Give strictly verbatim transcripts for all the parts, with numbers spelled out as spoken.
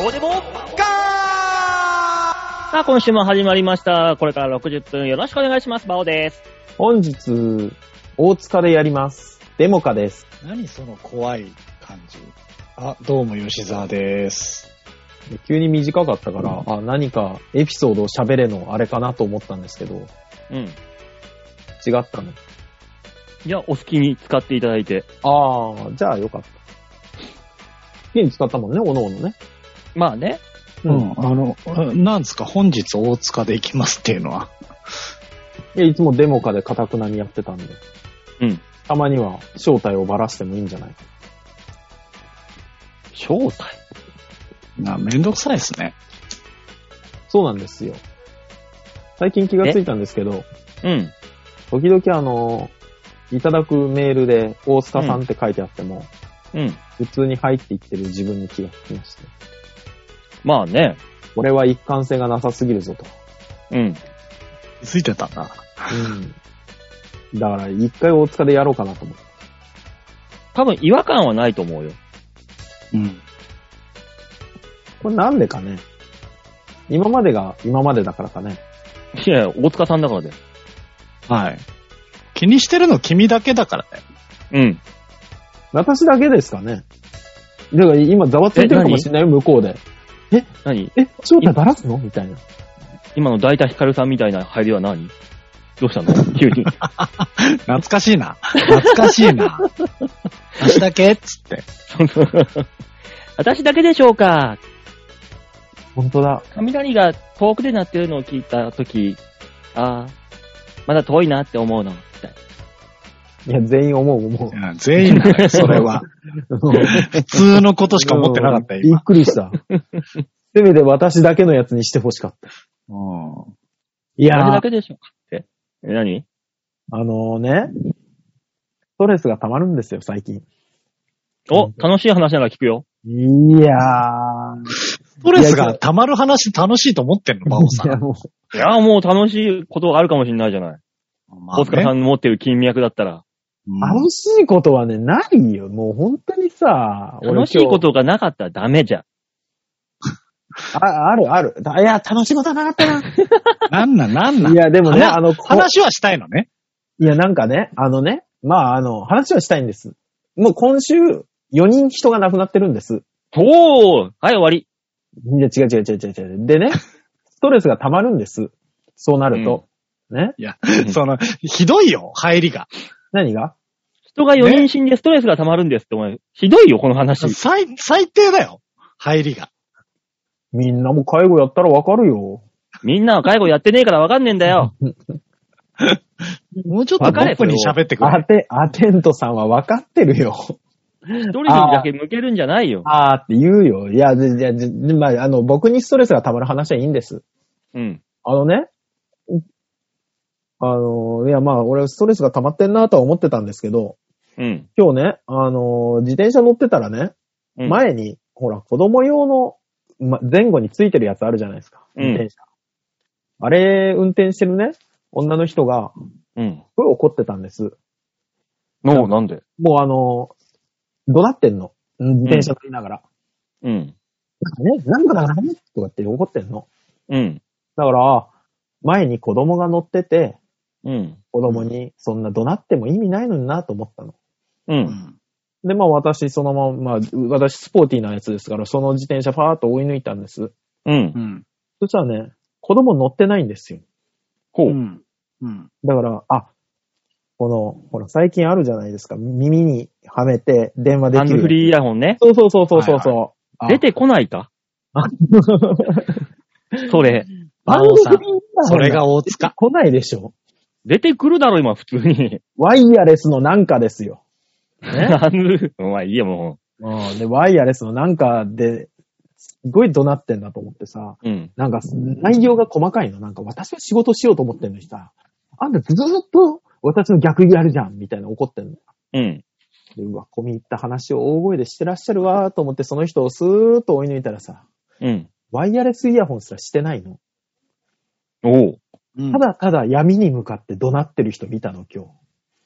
どうでもガー。 さあ、今週も始まりました。これからろくじゅっぷんよろしくお願いします。バオです。 本日、大塚でやります。デモカです。 何その怖い感じ。あ、どうも吉沢です。 急に短かったから、あ、何かエピソードを喋れのあれかなと思ったんですけど、 うん。 違ったね。 いや、お好きに使っていただいて。 あー、じゃあよかった。好きに使ったもんね、おのおのね。 まあね。 うん、あの、なんですか、本日大塚で行きますっていうのは。 いや、いつもデモカでカタクナにやってたんで。 うん。 たまには正体をばらしてもいいんじゃないか。 正体な、めんどくさいですね。 そうなんですよ。最近気がついたんですけど、 うん。 時々あの、いただくメールで大塚さんって書いてあっても、 うん。 普通に入っていってる自分に気がつきまして。 まあね。 俺は一貫性がなさすぎるぞと。 うん。 気づいてたんだ。 うん。だから一回大塚でやろうかなと思って。 多分違和感はないと思うよ。 うん。 これなんでかね。今までが今までだからかね。 いや、大塚さんだからで。 はい。気にしてるの君だけだからね。 うん。 私だけですかね。だから今ざわついてるかもしれないよ、向こうで。え何え正体ばらすのみたいな。 今の大田ヒカルさんみたいな入りは何？どうしたの急に。 懐かしいな。懐かしいな。私だけっつって。 私だけでしょうか。 本当だ。 雷が遠くで鳴ってるのを聞いたとき、ああ、まだ遠いなって思うの。みたいいや、全員思う思う。 全員だよ、それは。普通のことしか思ってなかったよ、 びっくりした。せめて私だけのやつにしてほしかった。 うん、 いやー。 私だけでしょうかって。え、何？ あのね、ストレスが溜まるんですよ、最近。 お、楽しい話なら聞くよ。 いやー。 ストレスが溜まる話楽しいと思ってんの、バオさん。 いや、もいや、もう楽しいことがあるかもしれないじゃない。 まあね、 大塚さんの持ってる金脈だったら。 う楽しいことはね、ないよ。もう本当にさ、 楽しいことがなかったらダメじゃん。 あ、あるある。いや、楽しいことはなかったな。 なんなん、なんなん。 いや、でもね、あの、 話はしたいのね。 いや、なんかね、あのね、まあ、あの、話はしたいんです。もう今週、よにん人が亡くなってるんです。 おー、はい、終わり。 いや、違う違う違う違う違う。でね、ストレスが溜まるんです。そうなると。うん、ね。 いや、その、ひどいよ、入りが。 何が？ 人がよにん死んでストレスが溜まるんですってお前、ひどいよ、この話。 最、最低だよ、入りが。 みんなも介護やったらわかるよ。 みんなは介護やってねえからわかんねえんだよ。 もうちょっとポップに喋ってくれ。 アテ、アテントさんはわかってるよ。 一人にだけ向けるんじゃないよ。 あーって言うよ。いや、じゃ、じゃ、まあ、あの、僕にストレスが溜まる話はいいんです。 うん。 あのね、あの、いや、まあ、俺ストレスが溜まってんなとは思ってたんですけど、 うん。 今日ね、あの、自転車乗ってたらね、 うん、 前に、ほら、子供用の、ま、前後についてるやつあるじゃないですか。自転車。うん、あれ、運転してるね、女の人が、 うん。 すごい怒ってたんです。 の、なんで？ もうあの、怒鳴ってんの。自転車乗りながら。 うん。 なんかね、なんかだからねとかって怒ってんの。 うん。 だから、前に子供が乗ってて、 うん。 子供にそんな怒鳴っても意味ないのになと思ったの。 うん。 で、まあ私そのまま、まあ私スポーティーなやつですから、その自転車パーッと追い抜いたんです。 うん。 うん。 そしたらね、子供乗ってないんですよ。 ほう。 うん。うん。 だから、あ、この、ほら、最近あるじゃないですか。耳にはめて電話できる。 ハンドフリーイヤホンね。 そうそうそうそうそう。はいはい、 出てこないかそれ。 バオさん。それが大塚。 来ないでしょ。 出てくるだろ、今、普通に。 ワイヤレスのなんかですよ。 ね。お前、いいよ、もう。うん。で、ワイヤレスのなんかで、すごい怒鳴ってんだと思ってさ。 うん。 なんか、内容が細かいの。なんか、私は仕事しようと思ってんのにさ。あんたずーっと私の逆やるじゃんみたいな怒ってんの。 うん。 で、うわ、込み入った話を大声でしてらっしゃるわーと思って、その人をスーッと追い抜いたらさ。 うん。 ワイヤレスイヤホンすらしてないの。 おう。 ただただ闇に向かって怒鳴ってる人見たの、今日。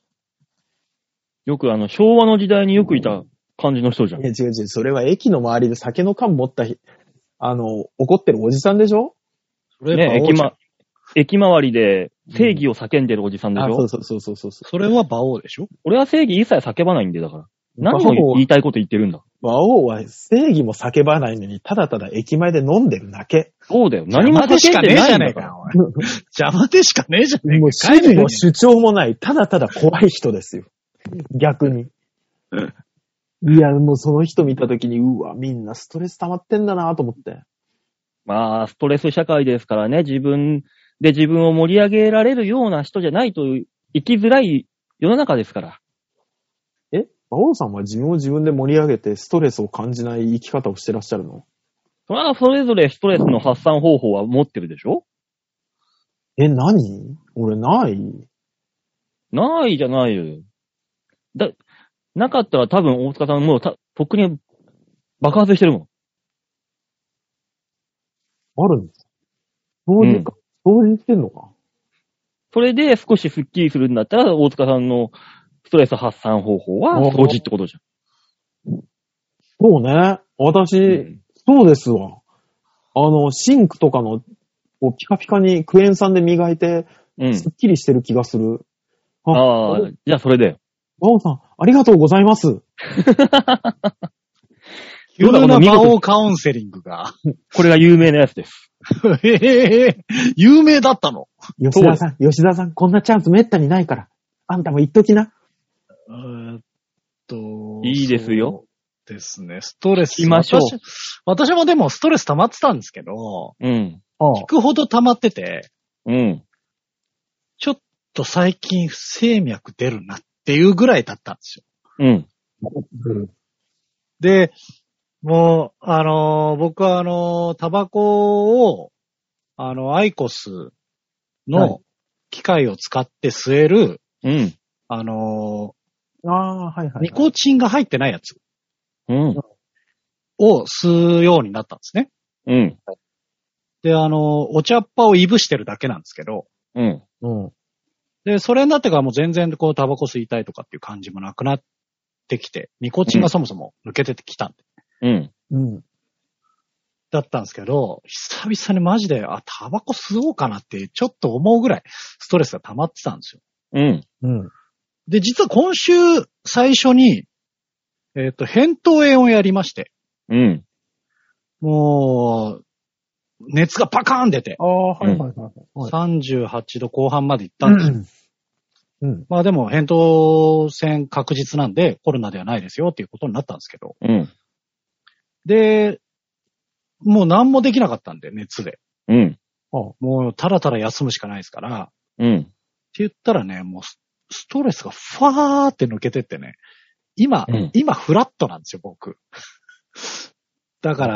よくあの、昭和の時代によくいた感じの人じゃん。 いや、違う違う。それは駅の周りで酒の缶持ったあの、怒ってるおじさんでしょ？ それね、駅ま、駅周りで正義をうん、 叫んでるおじさんでしょ、 あ、そうそうそうそうそう。 それは馬王でしょ？ 俺は正義一切叫ばないんで、だから。何を言いたいこと言ってるんだ。 馬王は正義も叫ばないのに、ただただ駅前で飲んでるだけ。 そうだよ。何も叫んでないんだから。 邪魔でしかねえじゃねえか。 もう主義も主張もない、ただただ怖い人ですよ。逆に。いや、もうその人見たときに、うわ、みんなストレス溜まってんだなと思って。 まあ、ストレス社会ですからね、自分で自分を盛り上げられるような人じゃないと生きづらい世の中ですから。 え？馬王さんは自分を自分で盛り上げてストレスを感じない生き方をしてらっしゃるの？ それはそれぞれストレスの発散方法は持ってるでしょ？ え、何？俺ない。 ないじゃないよ。だ、なかったら多分大塚さんもうた、とっくに爆発してるもん。 あるんですか？掃除か。掃除してんのか。 それで少しスッキリするんだったら、大塚さんのストレス発散方法は掃除ってことじゃん。 そうね。私、うん、そうですわ。あの、シンクとかの、をピカピカにクエン酸で磨いて、うん、スッキリしてる気がする。 ああ、じゃあそれで。 馬王さん、ありがとうございます。 急な馬王カウンセリングが。 これが有名なやつです。 へへへ、有名だったの？ 吉田さん、吉田さん、こんなチャンスめったにないから。あんたも言っときな。 えーっと。 いいですよ。 ですね。ストレス。 しましょう。 私、私もでもストレス溜まってたんですけど、 うん。 聞くほど溜まってて、 うん。 ちょっと最近不整脈出るなっていうぐらいだったんですよ。 うん。 うん、 で、もう、あのー、僕はあのー、タバコを、あの、アイコスの機械を使って吸える、 うん。 あのー、あー、はいはい、はい。 ニコチンが入ってないやつ。 うん。 を吸うようになったんですね。 うん。 で、あの、お茶っ葉をいぶしてるだけなんですけど。 うん。 うん。 で、それになってからもう全然こうタバコ吸いたいとかっていう感じもなくなってきて、ニコチンがそもそも抜けてきたんで。 うん。 うん。 だったんですけど、久々にマジで、あ、タバコ吸おうかなってちょっと思うぐらいストレスが溜まってたんですよ。 うん。 うん。 で、実は今週最初に、えっと、扁桃炎をやりまして。 うん。 もう、熱がパカーン出て。 ああ、はいはいはい、はい。 さんじゅうはちどこう半まで行ったんですよ。 うん。うん、 まあでも、扁桃腺確実なんで、コロナではないですよっていうことになったんですけど。 うん。 で、もう何もできなかったんで、熱で。 うん。 もう、たらたら休むしかないですから。 うん。って言ったらね、もう、ストレスがファーって抜けてってね、今、うん、今フラットなんですよ、僕。だから、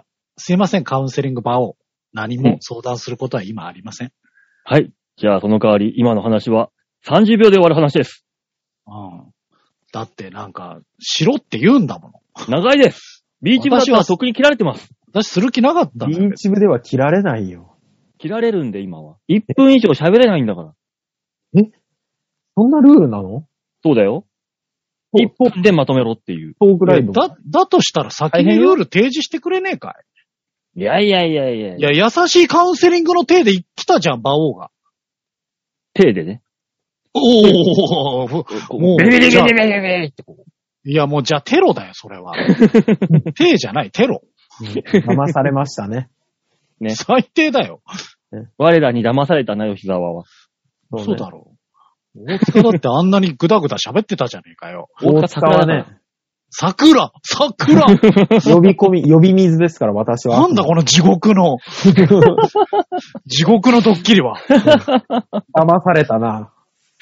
すいません、カウンセリング場を何も相談することは今ありません。うん、 はい。じゃあ、その代わり、今の話はさんじゅうびょうで終わる話です。 うん。だってなんか、しろって言うんだもの。 長いです。ビーチ部だったらとっくに切られてます。 私する気なかったんだよ。 ビーチ部では切られないよ。 切られるんで、今は。いっぷん以上喋れないんだから。 え？そんなルールなの？ そうだよ。いっぷんでまとめろっていう。 トークライブ。 だ、だとしたら先にルール提示してくれねえかい？ いやいやいやいや。 いや、優しいカウンセリングの手で来たじゃん、馬王が。 手でね。 おー、もう、 ベリベリベリベリベリってこう。 いや、もうじゃあテロだよ、それは。手じゃない、テロ。 騙されましたね。 ね。最低だよ。 我らに騙されたな、吉沢は。 そうね、そうだろう。大塚だってあんなにグダグダ喋ってたじゃねえかよ。 大塚はね。 桜桜呼び込み、呼び水ですから、私は。 なんだこの地獄の、地獄のドッキリは。 騙されたな。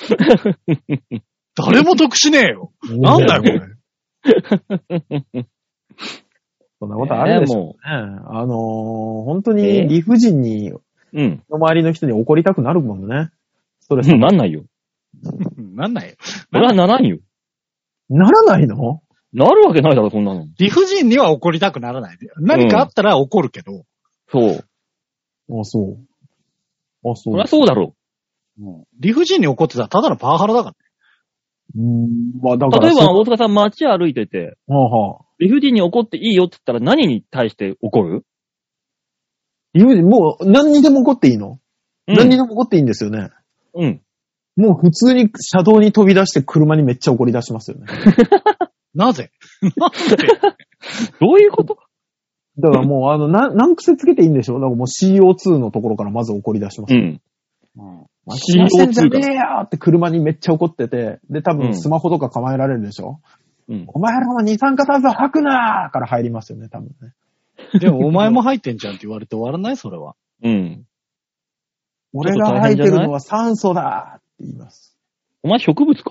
誰も得しねえよ。なんだよ、これ。 そんなことあるでしょうね。えー、あのー、本当に理不尽に、うん。の周りの人に怒りたくなるもんね。 それ、うん、なんないよ。 なんないよ。 俺はならんよ。 ならないの？ なるわけないだろ、そんなの。 理不尽には怒りたくならないで。何かあったら怒るけど。うん、 そう。 あ、そう。あ、そう。 そりゃそうだろう。うん、理不尽に怒ってたらただのパワハラだからね。 うーん、まあだから。 例えば、大塚さん街歩いてて、 はあはあ、 理不尽に怒っていいよって言ったら何に対して怒る？ 理不尽、もう何にでも起こっていいの、 うん、 何にでも起こっていいんですよね。 うん。 もう普通に車道に飛び出して車にめっちゃ怒り出しますよね。 なぜなんでどういうこと？ だからもう、あの、な、何癖つけていいんでしょ？だからもう シーオーツー のところからまず怒り出します。 うん。 うん。シーオーツー じゃねえよって車にめっちゃ怒ってて、で、多分スマホとか構えられるでしょ？うん。お前らも二酸化炭素吐くなーから入りますよね、多分ね。 でもお前も入ってんじゃんって言われて終わらない？それは。 うん。 俺が吐いてるのは酸素だーって言います。 お前植物か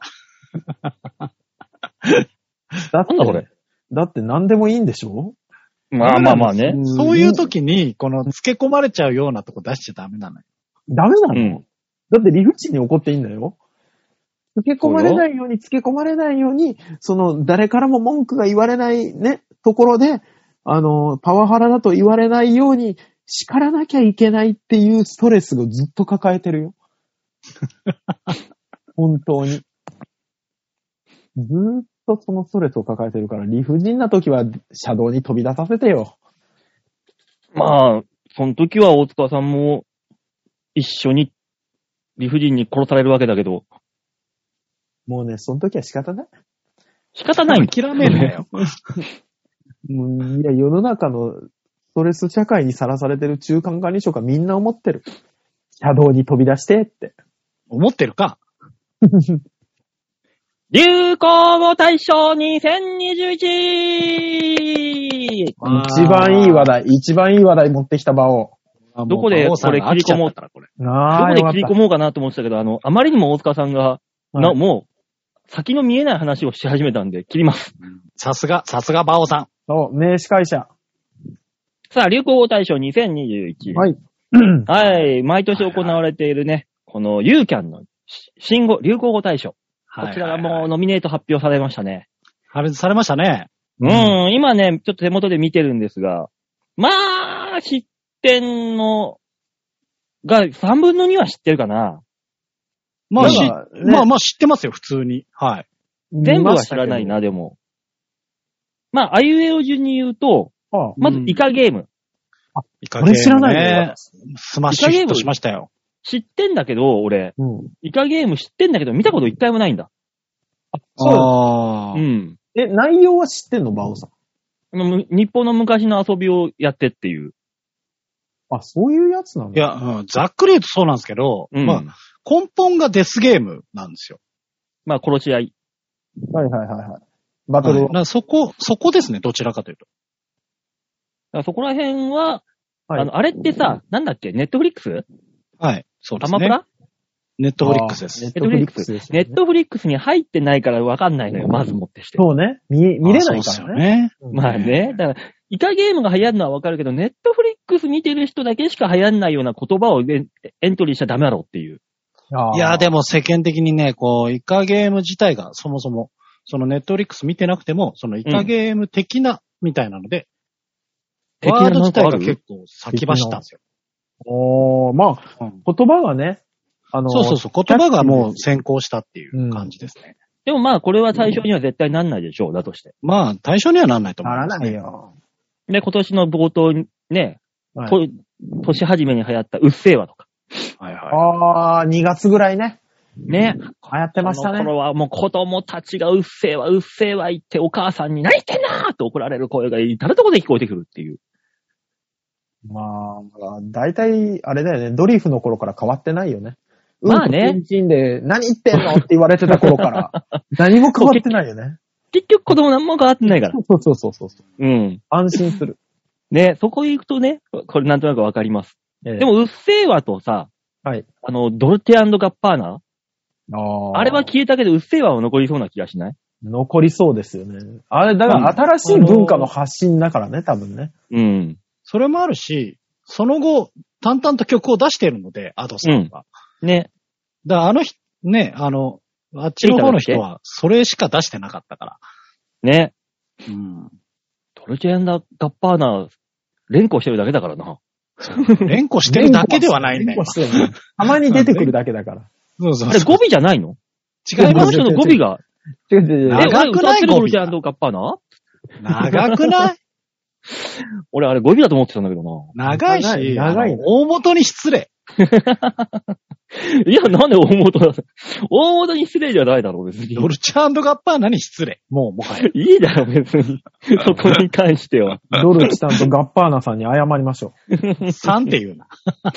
だってこれ。だって何でもいいんでしょ？ まあまあまあね。 そういう時に、この付け込まれちゃうようなとこ出しちゃダメなのよ。 ダメなの？うん、だって理不尽に怒っていいんだよ。付け込まれないように、付け込まれないように、その、誰からも文句が言われないね、ところで、あの、パワハラだと言われないように、叱らなきゃいけないっていうストレスをずっと抱えてるよ。本当に。ずーっとそのストレスを抱えてるから、理不尽な時は車道に飛び出させてよ。 まあ、その時は大塚さんも一緒に理不尽に殺されるわけだけど。 もうね、その時は仕方ない。 仕方ない。 諦めるなよ。 もういや、世の中のストレス社会にさらされてる中間管理職がみんな思ってる。車道に飛び出してって。 思ってるか。 流行語大賞にせんにじゅういち一番いい話題、一番いい話題持ってきた場を。 どこでこれ切り込もう、これどこで切り込もうかなと思ってたけど、あの、あまりにも大塚さんが、な、はい、もう、先の見えない話をし始めたんで、切ります。 さすが、さすがバオさん。 そう、名司会者。 さあ、流行語大賞にせんにじゅういち。 はい。 はい。毎年行われているね、このユーキャンの新語、流行語大賞。こちらがもうノミネート発表されましたね。 あれされましたね。 うん、うん、今ね、ちょっと手元で見てるんですが、まあ、知ってんのがさんぶんのには知ってるかな。 まあ、ね、まあまあ知ってますよ、普通に。はい。 全部は知らないな、でも。まあ、あいうえお順に言うと、はあ、まずイカゲーム。 あ、イカゲーム、ね。俺知らないね。 スマッシュヒットしましたよ。 知ってんだけど、俺、うん、イカゲーム知ってんだけど、見たこと一回もないんだ。 あ、そう。うん。え、内容は知ってんの、バオさん。日本の昔の遊びをやってっていう。 あ、そういうやつなんだ。 いや、うん、ざっくり言うとそうなんですけど、うん、まあ、根本がデスゲームなんですよ。 まあ、殺し合い。 はいはいはいはい。バトル、 はい、そこ、そこですね、どちらかというと。 だからそこら辺は、はい、あの、あれってさ、なんだっけ、ネットフリックス？ はい。そうですね。 アマプラ？ ネットフリックスです。 ネットフリックス。ネットフリックスに入ってないから分かんないのよ、まずもってして。 そうね。見、見れないからね。 そうですよね。まあね。だから、イカゲームが流行るのは分かるけど、ネットフリックス見てる人だけしか流行んないような言葉をエントリーしちゃダメだろうっていう。 いや、でも世間的にね、こう、イカゲーム自体がそもそも、そのネットフリックス見てなくても、そのイカゲーム的な、みたいなので、うん、ワード自体が結構先走ったんですよ。 おー、まあ、うん、言葉がね、あの、 そうそうそう、言葉がもう先行したっていう感じですね。うん、 でもまあ、これは対象には絶対なんないでしょう、だとして。 まあ、対象にはなんないと思います、ね。 ならないよ。 で、今年の冒頭にね、はい、年始めに流行ったうっせぇわとか。 はいはい。ああ、にがつぐらいね。 ね。 流行ってましたね。 この頃はもう子供たちがうっせぇわ、うっせぇわ言ってお母さんに泣いてんなーって怒られる声が至るところで聞こえてくるっていう。 まあ、だいたい、あれだよね、ドリフの頃から変わってないよね。 まあね。 うん、チンで、何言ってんのって言われてた頃から、何も変わってないよね。 結局子供何も変わってないから。 そうそうそうそう。 うん。 安心する。 ね、そこ行くとね、これなんとなくわかります。ええ、でも、うっせぇわとさ、 はい。 あの、ドルテ&ガッパーナああれは消えたけど、うっせぇわは残りそうな気がしない？ 残りそうですよね。あれ、だから新しい文化の発信だからね、多分ね。 うん。 それもあるし、その後、淡々と曲を出しているので、アドさんは。 うん、ね。 だからあの人、ね、あの、あっちの方の人は、それしか出してなかったから。 ね。 うん。 ドルチェ&ガッパーナ、連呼してるだけだからな。 連呼してるだけではないんだよ。 たまに出てくるだけだから。 そうそうそう。あれ語尾じゃないの？ 違います。 この人の語尾が。 違う違う違う。 長くないドルチェ&ガッパーナ？ 長くない俺あれ語尾だと思ってたんだけどな。長いし、 長い。 大元に失礼。 いや、なんで大元だ大元に失礼じゃないだろう、別に。 ドルチャーガッパーナに失礼。もう、もはや。 いいだろ、別に。そこに関しては。 ドルチさんとガッパーナさんに謝りましょう。さんって言うな。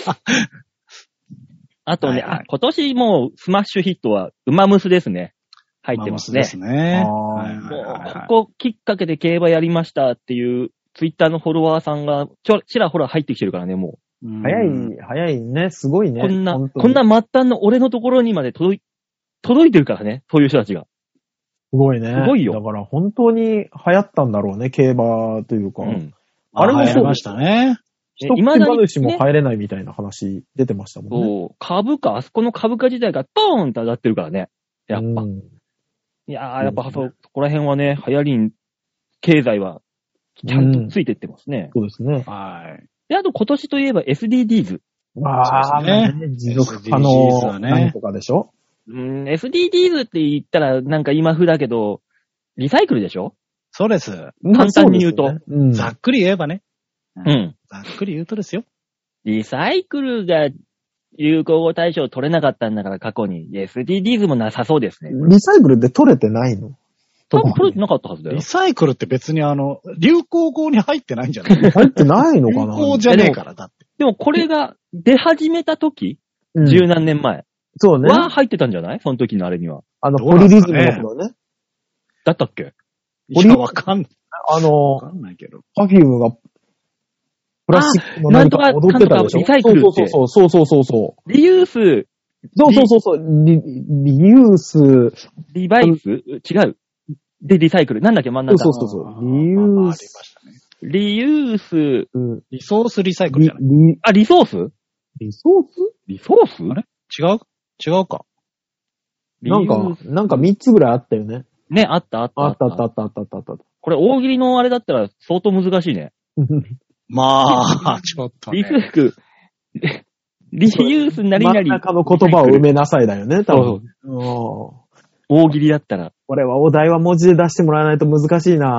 あとね、はいはい、あ、今年もうスマッシュヒットはウマムスですね。入ってますね。 ですね。 はいはいはいはい、もうここきっかけで競馬やりましたっていうツイッターのフォロワーさんがちょちらほら入ってきてるからね、もう。 早い、早いね。すごいね。 こんな、こんな末端の俺のところにまで届い、届いてるからね、そういう人たちが。 すごいね。 すごいよ。 だから本当に流行ったんだろうね、競馬というか。うん、 あれもそうましたね。 一口話も入れないみたいな話出てましたもんね。 そう。株価、あそこの株価自体がドーンと上がってるからね。やっぱ。うん、いやー、やっぱそ、そこら辺はね、流行りに、経済は、ちゃんとついてってますね。 うん、そうですね。 はい。で、あと今年といえば エスディージーズ。 ああ、ね。持続可能何とかでしょ、 うん、エスディージーズ って言ったらなんか今風だけど、リサイクルでしょ？ そうです。 簡単に言うと。 ねうん、ざっくり言えばね。 うん。 ざっくり言うとですよ。 リサイクルが有効語対象取れなかったんだから過去に。エスディージーズ もなさそうですね。 リサイクルって取れてないの？ 多分取れてなかったはずだよ。 リサイクルって別にあの、流行語に入ってないんじゃない入ってないのかな流行じゃねえからだって。 でもこれが出始めた時、十、うん、何年前。 そうね。 は入ってたんじゃないその時のあれには。 あの、ポリリズムの頃ね。 だったっけいや、わかんない。 あの、 わかんないけど。 パフュームが、プラスチックの何か踊ってたでしょ。 リサイクルって。 そうそうそうそうそう。 リユース。 そうそうそうそう。リ、リユース。 リバイス違う。で、リサイクル。なんだっけ真ん中。 そうそうそう。リユース。 リユース。 リソースリサイクルじゃない。 あ、リソースリソースリソースあれ違う違うか。 なんか、なんか三つぐらいあったよね。 ね、あったあったあったあったあったあったあったあった。 これ大喜利のあれだったら相当難しいね。 まあ、ちょっと、ね。 リスク、リユースなりなり。 真ん中の言葉を埋めなさいだよね、多分。 大喜利だったら。 これはお題は文字で出してもらわないと難しいな。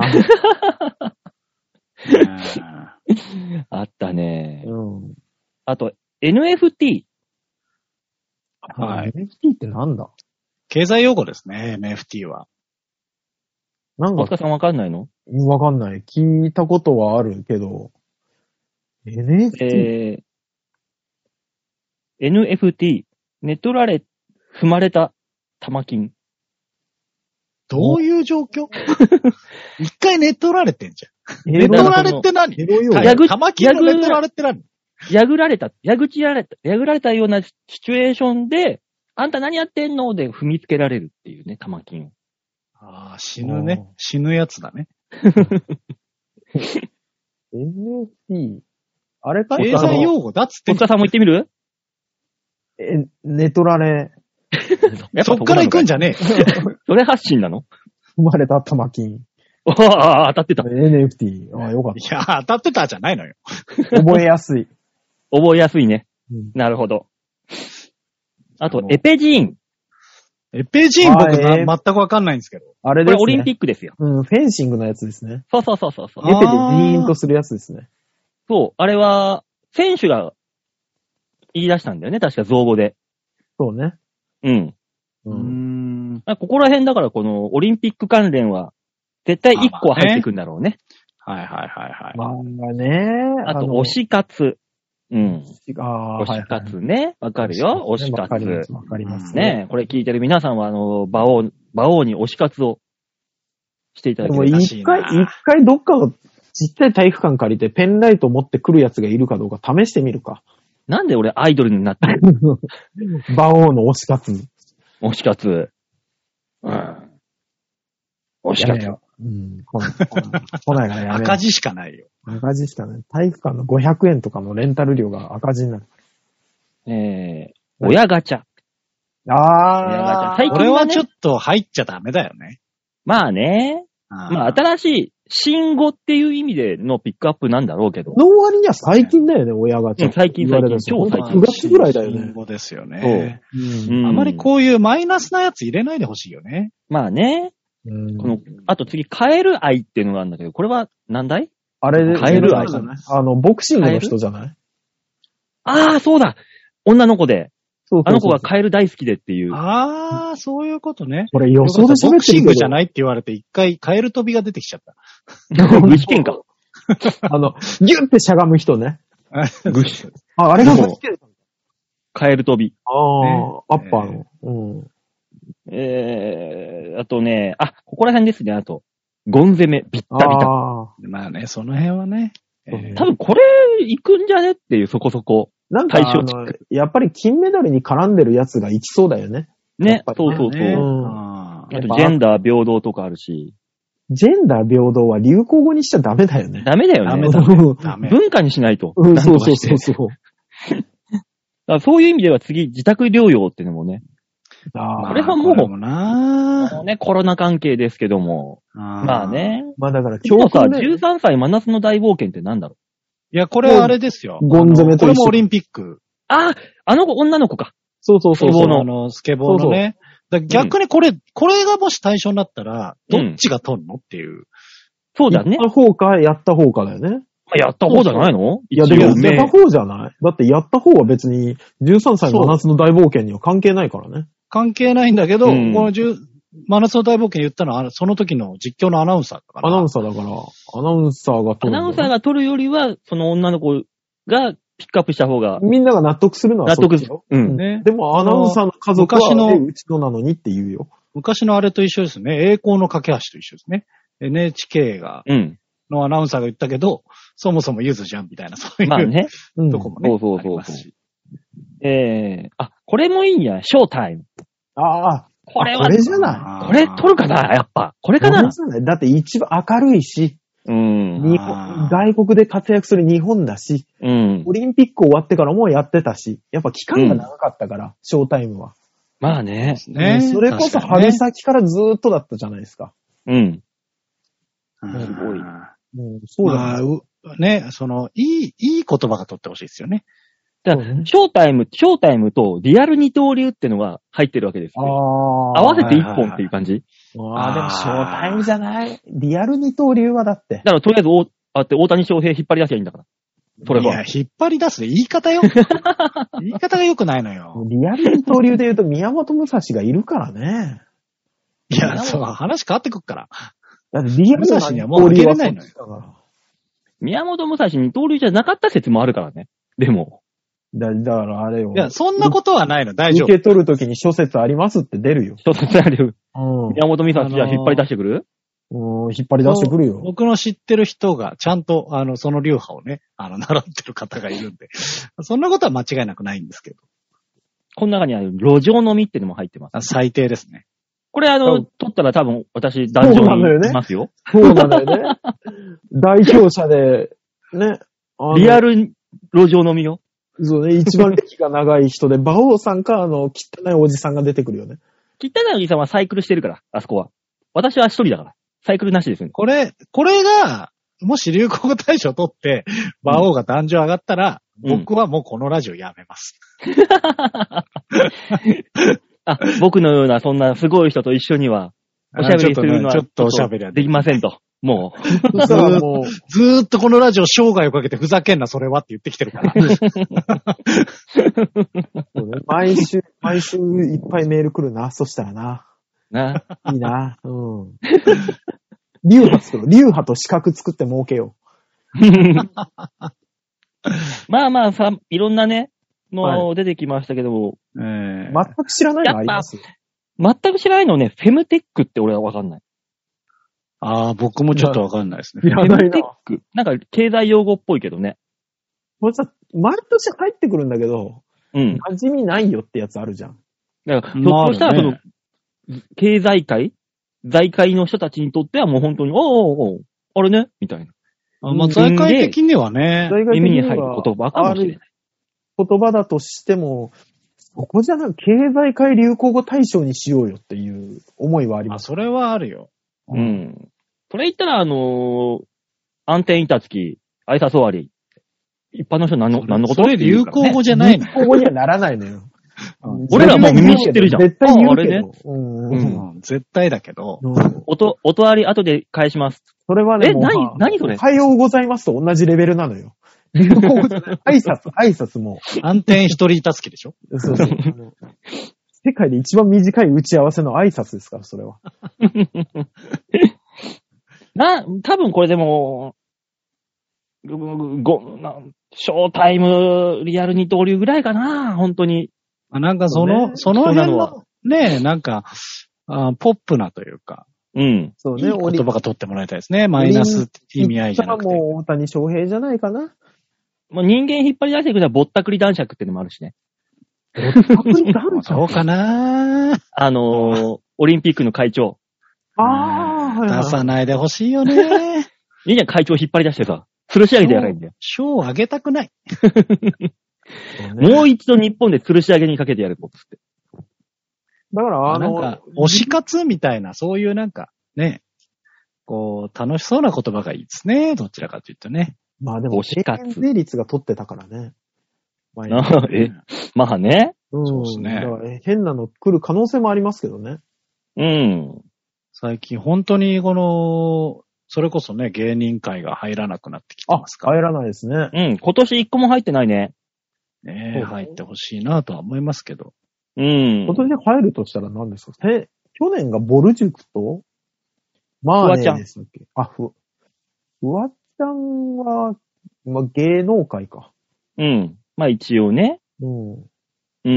あったね。 うん、 あと、エヌエフティー。 はい。エヌエフティー ってなんだ？ 経済用語ですね、エヌエフティー は。 なんか、 大塚さんわかんないの？ わかんない。聞いたことはあるけど。エヌエフティー？ えー、エヌエフティー。ネットられ、踏まれた玉金。 どういう状況？一回ネットられてんじゃん。ネットられって何？ やぐ、 玉金のネットられって何？ やぐられた、やぐちられた、やぐられたようなシチュエーションで、あんた何やってんので踏みつけられるっていうね、玉金を。 ああ、死ぬね。死ぬやつだね。 エヌエフティー？ あれかい？ 経済用語だっつって。 大塚さんも言ってみる？ え、ネトラレ。 そっから行くんじゃねえ。 それ発信なの？ 生まれた玉金。 ああ、当たってた。 エヌエフティー。ああ、よかった。 いや、当たってたじゃないのよ。 覚えやすい。 覚えやすいね。 うん、 なるほど。あと、エペジーン。 エペジーン僕な、全くわかんないんですけど。 あれですね。 これオリンピックですよ。 うん、フェンシングのやつですね。 そうそうそうそうそう。 エペでジーンとするやつですね。 そう、あれは、選手が言い出したんだよね、確か造語で。 そうね。 うん。 うーん。ここら辺だからこのオリンピック関連は、絶対いっこは入ってくんだろうね。 はいはいはいはい。 まあね。 あと、推し活。うん。 あ推し活ね。わかるよ。推し活。わかります。わかりますね。これ聞いてる皆さんは、あの、馬王、馬王に推し活をしていただければ。 でも一回、一回どっかのちっちゃい体育館借りてペンライト持ってくるやつがいるかどうか試してみるか。 なんで俺アイドルになってる馬王の推し活。 推し活。うん。推し活。 うん。来ない。来ないからやめよう。 赤字しかないよ。 赤字しかない。体育館のごひゃくえんとかのレンタル料が赤字になる。 えー、親ガチャ。 あー。 最近はね、 これはちょっと入っちゃダメだよね。 まあね。あまあ新しい新語っていう意味でのピックアップなんだろうけど。 の割には最近だよね、親ガチャ。 最近最近。超最近。 くがつぐらいだよね。 新語ですよね。 そう。 うん。あまりこういうマイナスなやつ入れないでほしいよね。 まあね。うん、この、あと次、カエル愛っていうのがあるんだけど、これは何だい？ あれで、 カエル愛じゃないあの、ボクシングの人じゃないああ、そうだ女の子で。 そうそうそうあの子がカエル大好きでっていう。 ああ、そういうことね。 これ予想で喋ボクってるけど。 シングじゃないって言われて一回カエル飛びが出てきちゃった。 具志堅か。 あの、ギュッてしゃがむ人ね。 具志。 あ、あれが具志堅さん。 カエル飛び。 ああ、 ねアッパーの。うん。 えー、あとね、あ、ここら辺ですね、あと。ゴン攻め、ビッタビタ。 ああ。 まあね、その辺はね。えー多分これ、行くんじゃねっていうそこそこ。 なんか、 対象あの、やっぱり金メダルに絡んでるやつが行きそうだよね。やねっぱ、りそうそうそう。 ねうんあーあと、ジェンダー平等とかあるし。 ジェンダー平等は流行語にしちゃダメだよね。 ダメだよね。 ダメだうんダメ。 文化にしないと。 うん、そうそうなんとかしてそうそう。 だからそういう意味では次、自宅療養っていうのもね。 ああこれはもうこれもなもうね、コロナ関係ですけども。 ままあ。ね。 まあだから、 でもさ、 教訓でじゅうさんさい真夏の大冒険ってなんだろう。 いや、これあれですよ。 ゴン攻めと一緒あのこれもオリンピック。 ああ、あの子、女の子か。 そうそうそうそう。 スケボーのあの、スケボーのね。だから逆にこれ、これがもし対象になったら、どっちが取るのっていう。 そうだねやっ。た方か、やった方かだよね。 やった方じゃないのいや、でも、 一応やった方じゃないだって、やった方は別に、じゅうさんさい真夏の大冒険には関係ないからね。 関係ないんだけど、 うんこの10真夏の大冒険言ったのは、あのその時の実況のアナウンサーだから。 アナウンサーだから、アナウンサーがア撮るんだよ。 ナウンサーが取るよりは、その女の子がピックアップした方がみんなが納得するのは納得するそっちよ。。 うん。 ね。 でも、アナウンサーの家族は、 昔のえうちのなのにって言うよ。 昔のあれと一緒ですね。栄光の架け橋と一緒ですね。エヌエイチケー が、 うん。 のアナウンサーが言ったけど、そもそもゆずじゃんみたいな、そういう、 まあね。 うん。 とこもね。 そうそうそうそうありますしえー、あ、これもいいんや。ショータイム。 ああ、 これは、 これじゃないこれ取るかなやっぱ。これかなこれじゃないだって一番明るいし、 うん。 日あー本外国で活躍する日本だし、 うん。 オリンピック終わってからもやってたし、やっぱ期間が長かったから、ショータイムは。 まあね。 ね。 それこそ確かにね春先からずーっとだったじゃないですか。 うん。 うんすごいもうそうだまあ、うね、その、いい、いい言葉が取ってほしいですよね。 だから、ショータイム、ショータイムとリアル二刀流ってのが入ってるわけですあよ。 あ。 合わせて一本っていう感じ。 ああ、でもショータイムじゃない。リアル二刀流はだって。 だからとりあえずお、あって大谷翔平引っ張り出しゃいいんだから。それいや、 は。 引っ張り出すで言い方よ。言い方が良くないのよ。 リアル二刀流で言うと宮本武蔵がいるからね。 いや、そう、話変わってくっから。 だってリアルな武蔵にはもう負けれないのよ二刀流はそっちだから宮本武蔵二刀流じゃなかった説もあるからね。でも。 だだからあれよ。 いや、そんなことはないの、大丈夫。 受け取るときに諸説ありますって出るよ。 一つある。 うん。 宮本武蔵じゃあ引っ張り出してくる、 うん、引っ張り出してくるよ。 僕の知ってる人が、ちゃんと、あの、その流派をね、あの、習ってる方がいるんで、そんなことは間違いなくないんですけど、 この中にある路上飲みってのも入ってます。 あ最低ですね。 これあの、 そう取ったら多分私、壇上にいますよ。 そうなんだよね。代表者で、ね。あのリアル路上飲みよ。 そうね、一番歴が長い人で、馬王さんか、あの、汚いおじさんが出てくるよね。 汚いおじさんはサイクルしてるから、あそこは。私は一人だから。サイクルなしですよ。 これ、これが、もし流行語大賞取って、馬王が壇上上がったら、 うん僕はもうこのラジオやめます。 あ、僕のようなそんなすごい人と一緒には、おしゃべりするのはちょっとねちょっとおしゃべりはできませんと。もう。 そしたらもう、 ずーっとこのラジオ生涯をかけてふざけんな、それはって言ってきてるから。 そうね毎週、毎週いっぱいメール来るな。そしたらな。 な。 いいな。うん。流派作ろう。流派と資格作って儲けよまあまあさ、いろんなね、 はの出てきましたけども、 えーう。全く知らないのあります全く知らないのね、フェムテックって俺はわかんない。 ああ、僕もちょっとわかんないですね。 知らフェムテッないな。 ク。なんか経済用語っぽいけどね。 これさ、毎年入ってくるんだけど、 うん。 馴染みないよってやつあるじゃん。 だから、ひょっとしたらその、経済界財界の人たちにとってはもう本当に、おーおーおーあれねみたいな。 あまあ、財界的にはね、 大学的耳に入るは言葉かもしれない。 言葉だとしても、そこじゃなく、経済界流行語大賞にしようよっていう思いはありまあ、 ます。 それはあるよ。 う。ん。それ言ったら、あのー、暗転板付き、挨拶終わり。一般の人何の、何のことそれ流行語じゃないの。 流行語にはならないのよ。 俺らもう耳知ってるじゃん。 絶対言うけど。 あれね。 うん。 うん、絶対だけど。 うん、 音、音あり後で返します。 それはね、 え、何、何それ？ おはようございますと同じレベルなのよ。流行語じゃない。挨拶、挨拶も。 暗転一人いたつきでしょ？ そうそう。世界で一番短い打ち合わせの挨拶ですから、それは。 な、多分これでも、ご、な、ショータイム、リアル二刀流ぐらいかな、本当に。 なんかその、そ,、ね、その辺の、ね、なんかあ、ポップなというか、 うん。 そうね、 いい言葉が取ってもらいたいですね。マイナス意味合いじゃなくて。 もう大谷翔平じゃないかな。 もう人間引っ張り出していくのはぼったくり男爵っていうのもあるしね。 ぼったくり男爵そうかなあのー、オリンピックの会長。 ああ、 はいはい、出さないでほしいよね。 いいじゃん、会長引っ張り出してさ。吊るし上げてやらないんだよ。 賞をあげたくない。 もう一度日本で吊るし上げにかけてやることって。 だからあの、 なんか、推し活みたいな、そういうなんか、ね、こう、楽しそうな言葉がいいですね。どちらかというとね。 まあでも、 推し活。 税率が取ってたからね。 あえ、まあね。 うん、 そうですね。 だから変なの来る可能性もありますけどね。 うん。 最近本当にこの、それこそね、芸人界が入らなくなってきてますから。 入らないですね。 うん、今年一個も入ってないね。 ねえ、入ってほしいなとは思いますけど。 うん。 今年入るとしたら何ですか？え、去年がボル塾と、まあねですっけ。あ、ふ、ふわちゃんは、まあ、芸能界か。 うん。まあ一応ね。 うん。 うん。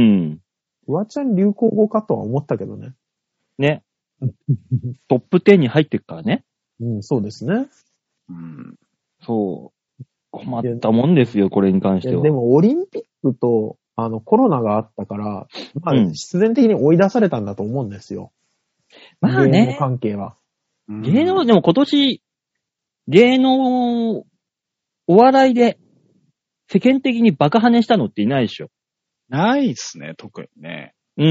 ふわちゃん流行語かとは思ったけどね。 ね。トップじゅうに入ってるからね。 うん、そうですね。 うん。 そう。困ったもんですよ、これに関しては。 でも、オリンピックと、あの、コロナがあったから、まあ、うん、必然的に追い出されたんだと思うんですよ。 まあね。 芸能関係は。 芸能、でも今年、芸能、お笑いで、世間的にバカ跳ねしたのっていないでしょ。 ないっすね、特にね。 うん。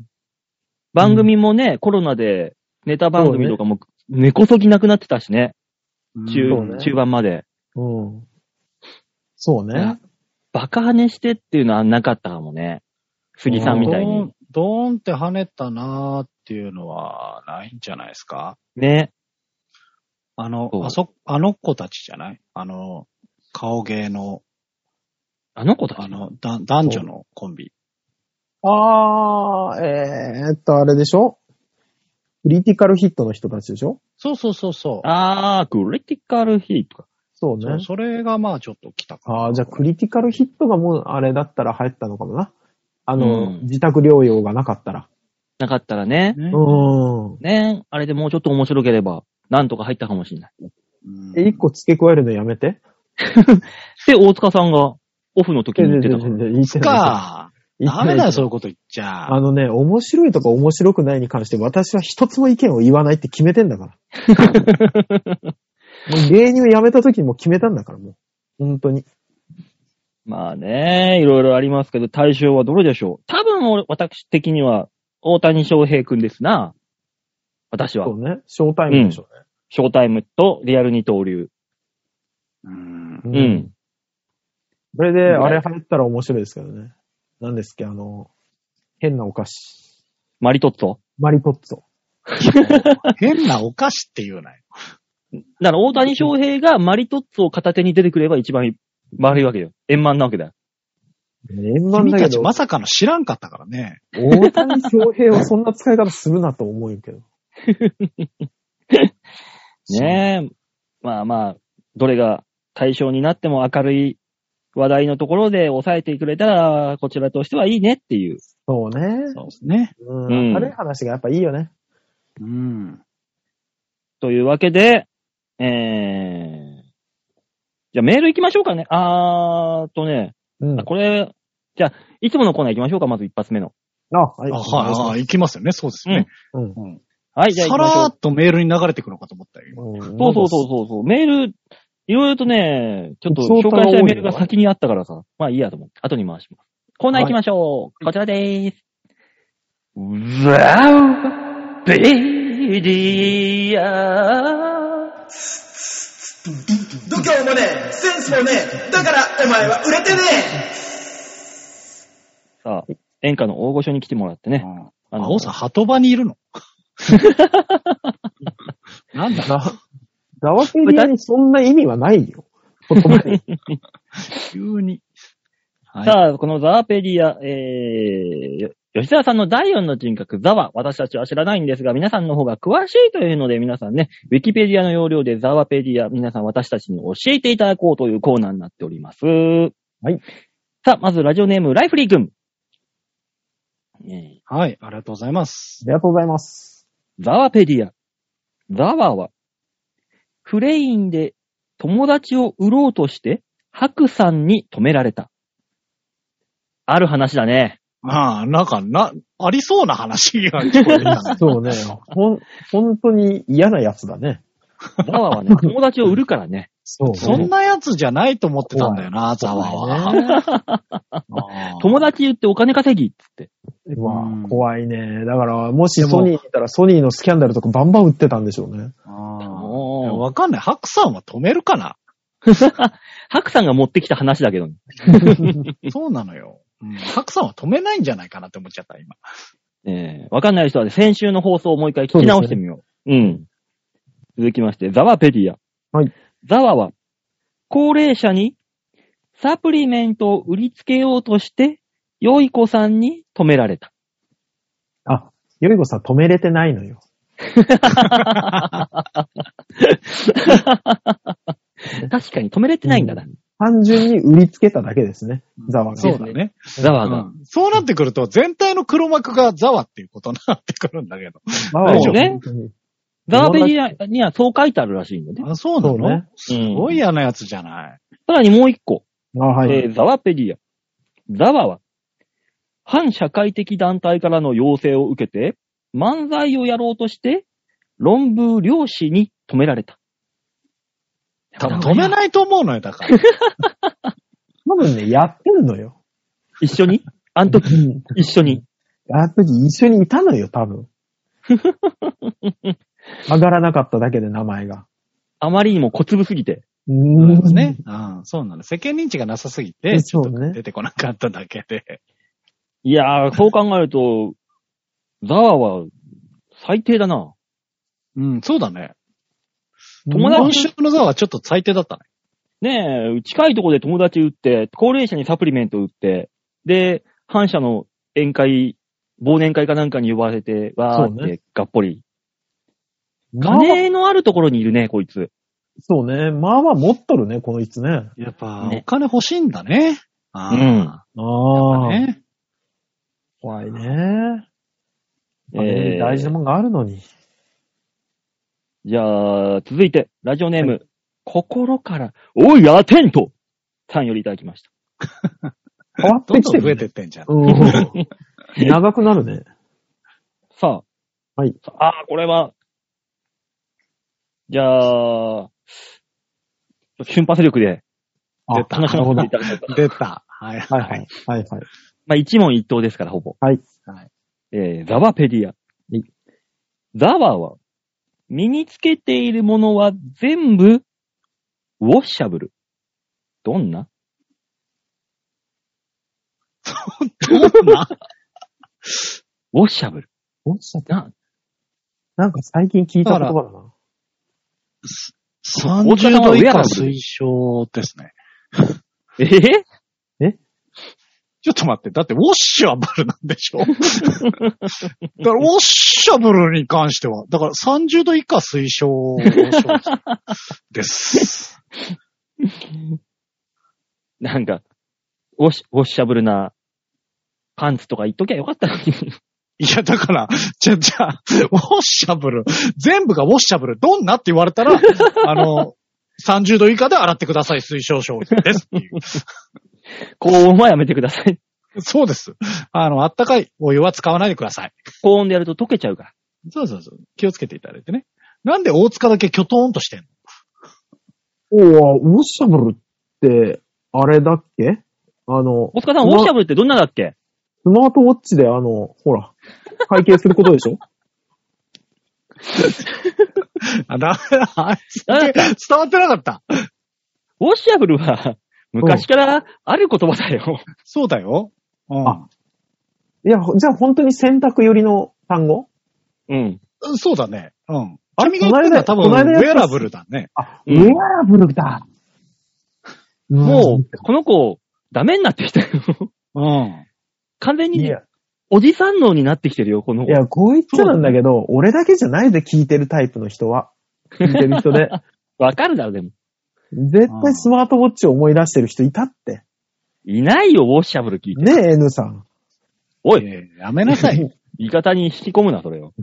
番組もね、うん、コロナで、ネタ番組とかも、根こそぎなくなってたしね。中、ね、中盤まで。 うん。そうね。 バカ跳ねしてっていうのはなかったかもね。杉さんみたいに。 ドーンって跳ねたなーっていうのはないんじゃないですか。 ね。 あの、あそ、あの子たちじゃないあの、顔芸の。 あの子たちあの、だ男女のコンビ。 あー、えーっと、あれでしょ？クリティカルヒットの人たちでしょ？ そうそうそうそう。 あー、クリティカルヒットか。 そうね。 そう、それがまあちょっと来たかな。 あー、じゃあクリティカルヒットがもうあれだったら流行ったのかもな。あの、 うん、 自宅療養がなかったら。 なかったらね。 ねうん。 ねあれでもうちょっと面白ければ、なんとか入ったかもしれない。 え、一個付け加えるのやめて。 で、大塚さんがオフの時に言ってたから。 言ってか。ダメだよ、そういうこと言っちゃ。 あのね、面白いとか面白くないに関して私は一つも意見を言わないって決めてんだから。もう芸人を辞めた時にもう決めたんだから、もう。本当に。 まあね、いろいろありますけど、対象はどれでしょう。多分、私的には、大谷翔平くんですな。私は。 そうね。ショータイムでしょうね。 うん、ショータイムとリアル二刀流。 うん。 うん。 それで、あれ入ったら面白いですけどね。何ですっけ、あの、変なお菓子。 マリトッツォマリトッツォ。 変なお菓子って言うなよ。 だから大谷翔平がマリトッツォを片手に出てくれば一番悪いわけだよ。円満なわけだよ。 円満だけど。 君たちまさかの知らんかったからね。 大谷翔平はそんな使い方するなと思うけど。 ねえ。まあまあ、どれが対象になっても明るい話題のところで抑えてくれたら、こちらとしてはいいねっていう。 そうね。 そうですね。 うん。明るい話がやっぱいいよね。 うん。 というわけで、えー、じゃあメール行きましょうかね。あーとね、うん、これ、じゃあ、いつものコーナー行きましょうか、まず一発目の。 あ、はい。 あ、はい、行きますよね、そうですよね。 うん。うん、 はい、じゃあ行きましょう。 さらーっとメールに流れてくるのかと思ったよ。 うん、そうそうそうそうそう。メール、いろいろとね、ちょっと紹介したいメールが先にあったからさ、まあいいやと思って、後に回します。コーナー行きましょう。はい、こちらでーす。ザウベイディア度胸もねえ、センスもねえ、だからお前は売れてねえ。 さあ、 演歌の大御所に来てもらってね。 あの、王さん、鳩場にいるのなんだザザワペディアにそんな意味はないよ。言葉に。 急に。はい、 さあ、このザワペディア、えー、吉沢さんのだいよんの人格、ザワ、私たちは知らないんですが、皆さんの方が詳しいというので、皆さんね、ウィキペディアの要領でザワペディア、皆さん私たちに教えていただこうというコーナーになっております。はい。さあ、まずラジオネーム、ライフリー君。 はい、ありがとうございます。 ありがとうございます。 ザワペディア。ザワは、クレインで友達を売ろうとして、ハクさんに止められた。ある話だね。 ああ、なんか、な、ありそうな話が聞こえてきたね。 そうね。ほん、本当に嫌なやつだね。 ザワはね、友達を売るからね。 そう、ね。 そんなやつじゃないと思ってたんだよな、ザワは。 友達言ってお金稼ぎっつって。 うわ怖いね。だから、もしソニーにいたらソニーのスキャンダルとかバンバン売ってたんでしょうね。 あわかんない。ハクさんは止めるかなハクさんが持ってきた話だけどね。 そうなのよ。うん、ハクさんは止めないんじゃないかなって思っちゃった、今。 えー、わかんない人は、ね、先週の放送をもう一回聞き直してみよう。うね、うん。続きまして、ザワペディア。 はい。 ザワは、高齢者にサプリメントを売りつけようとして、ヨイコさんに止められた。 あ、ヨイコさん止めれてないのよ。 確かに止めれてないんだな。 単純に売りつけただけですね。ザワが。 そうだね。 ザワが、 うん。そうなってくると、全体の黒幕がザワっていうことになってくるんだけど。 ザワそうね。ザワペディアにはそう書いてあるらしいんだね。 あ、そうなの、ね、 すごい嫌なやつじゃない。 さらにもう一個。 あ、はい。 えー、ザワペディア。ザワは、反社会的団体からの要請を受けて、漫才をやろうとして、論文漁師に止められた。 多分止めないと思うのよ、だから。 多分ね、やってんのよ。 一緒にあの時、一緒に。 あの時一緒にいたのよ、多分。上がらなかっただけで名前が。 あまりにも小粒すぎて。 うーん。 ね。ああ、そうなの。世間認知がなさすぎて、ちょっと出てこなかっただけで。 いやー、そう考えると、ザワは最低だな。 うん、そうだね。 友達今週のザワはちょっと最低だったね。 ねえ、近いところで友達売って、高齢者にサプリメント売って、で、反社の宴会、忘年会かなんかに呼ばれて、わーってがっぽり。金のあるところにいるね、こいつ。 そうね。まあまあ持っとるね、こいつね。 やっぱ、ね、お金欲しいんだね。あうん。ああ。 ね。 怖いね。えー、大事なもんがあるのに。 じゃあ、続いて、ラジオネーム、はい、心から、おい、アテントさんよりいただきました。 変わってきてる、ね。 どんどん増えてってんじゃん。 長くなるね。 さあ。はい。 ああ、これは、じゃあ、瞬発力で、 出た。 話のいただいた。 出た。はいはいはい。はいはい。 まあ、一問一答ですから、ほぼ。 はい。 はい。 えー、ザワペディア。ザワは、身につけているものは全部、ウォッシャブル。どんなどんなウォッシャブル。 ウォッシャブルな、なんか最近聞いた言葉だな。 さんじゅうど以下推奨ですね。 えー、 えちょっと待って。だってウォッシャブルなんでしょだからウォッシャブルに関しては、だからさんじゅうど以下推奨です。 なんか、ウォッシ、ウォッシャブルなパンツとか言っときゃよかったのに。 いや、だから、じゃ、じゃあ、ウォッシャブル、全部がウォッシャブル、どんなって言われたら、あの、さんじゅうど以下で洗ってください、推奨商品ですっていう。 高温はやめてください。 そうです。あの、あったかいお湯は使わないでください。 高温でやると溶けちゃうから。 そうそうそう。気をつけていただいてね。なんで大塚だけキョトーンとしてんの？ おー、ウォッシャブルって、あれだっけあの、 大塚さん、ウォッシャブルってどんなだっけ？ スマートウォッチであの、ほら、会計することでしょあ、ダメだ。あれ、伝わってなかった。 ウォッシャブルは、昔からある言葉だよ。 そうだよ。うん。あ、 いや、じゃあ本当に選択寄りの単語？ うん。 そうだね。うん。 あれ君が言ってるのは多分、ウェアラブルだね。 あ、ウェアラブルだ。 もう、この子、ダメになってきたよ。 うん。 完全に、おじさん脳になってきてるよ、この子。 いや、こう言っちゃなんだけど、俺だけじゃないで聞いてるタイプの人は。聞いてる人で。 わかるだろ、でも。 絶対スマートウォッチを思い出してる人いたって。 いないよ、ウォッシャブル聞いて。 ねえ、N さん。 おい、えー、やめなさい。 言い方に引き込むな、それを。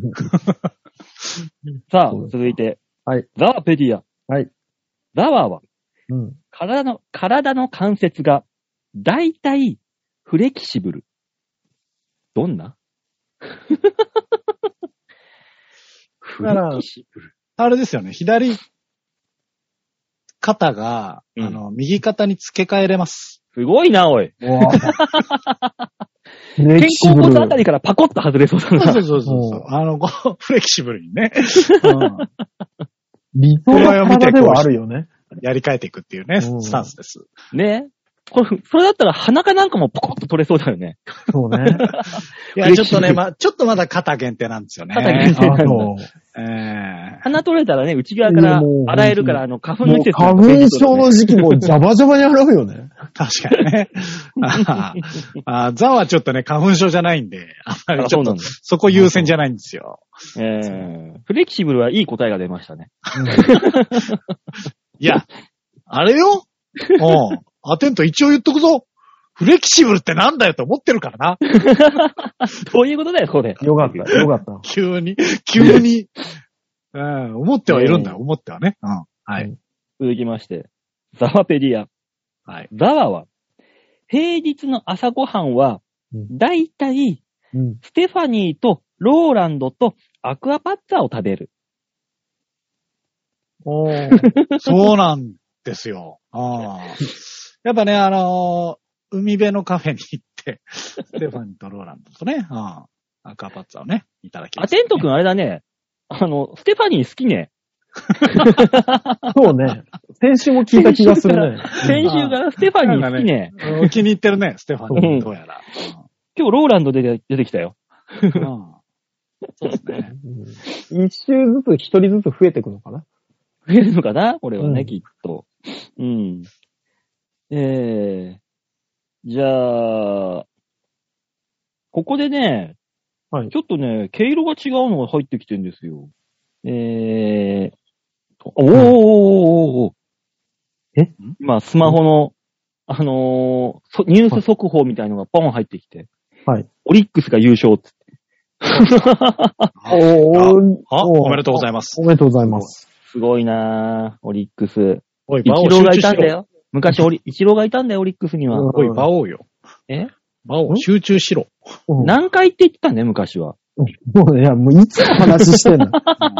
さあ、続いて。 はい。 ザワペディア。 はい。 ザワは、 うん、 体の、体の関節が、だいたいフレキシブル。どんなフレキシブル。 あれですよね、左肩が、うん、あの、右肩に付け替えれます。 すごいな、おい。肩甲骨あたりからパコッと外れそうだな。 そうそうそうそう。あの、フレキシブルにね。 理想の体ではあるよね。 やり替えていくっていうね、スタンスです。 ね。これ、それだったら鼻かなんかもポコッと取れそうだよね。 そうね。 いや、ちょっとね、ま、ちょっとまだ肩限定なんですよね。 肩限定なんだ。えー、鼻取れたらね、内側から洗えるから、あの、花粉の季節、 ね。花粉症の時期もジャバジャバに洗うよね。 確かにね。ああ、ザはちょっとね、花粉症じゃないんで、あんまりちょっと、そこ優先じゃないんですよ。 えー、フレキシブルはいい答えが出ましたね。 いや、あれようん。アテント一応言っとくぞ。フレキシブルってなんだよと思ってるからな。 どういうことだよ、これ。 よかった、よかった。 急に、急に、うん、思ってはいるんだよ、思ってはね。うん。はい。 続きまして、ザワペディア。はい。ザワは、平日の朝ごはんは、だいたい、ステファニーとローランドとアクアパッツァを食べる。 おー。 そうなんですよ。ああ。やっぱね、あのー、海辺のカフェに行って、ステファニーとローランドとね、ああ、アクアパッツァをね、いただきます、ね。 アテント君あれだね。あの、ステファニー好きね。 そうね。先週も聞いた気がするね。 先週からステファニー好きね。 ね気に入ってるね、ステファニー。どうやら。 今日ローランドで出てきたよ。 うん、そうですね。 一周ずつ一人ずつ増えていくのかな？ 増えるのかなこれはね、うん、きっと。うん。えー、じゃあ、ここでね、はい、ちょっとね、毛色が違うのが入ってきてるんですよ。えー、おーおーおーおーえ今、スマホの、あのー、ニュース速報みたいのがポン入ってきて。 はい。 オリックスが優勝って。 おーおめでとうございます。 おめでとうございます。 すごいなぁ、オリックス。おい、バオイチローがいたんだよ。昔オリ、イチローがいたんだよ、オリックスには。 おい、バオよ。 えバオ、集中しろ。 何回って言ってたね、昔は。 もう、いや、もういつの話してんの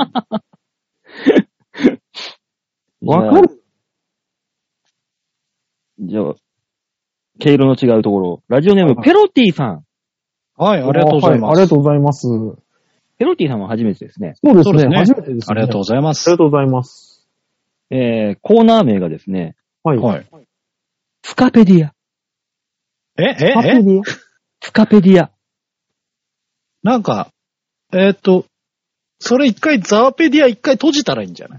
わかるじゃあ、毛色の違うところ。ラジオネーム、ペロティさん。 はい、ありがとうございます。 ありがとうございます。 ペロティさんは初めてですね。 そうですね。すね初めてですね。 ありがとうございます。 ありがとうございます。 えー、コーナー名がですね。 はい。はい。 スカペディア。 え、え、えスカペディアスカペディア。 なんか、えー、っと、それ一回、ザワペディア一回閉じたらいいんじゃない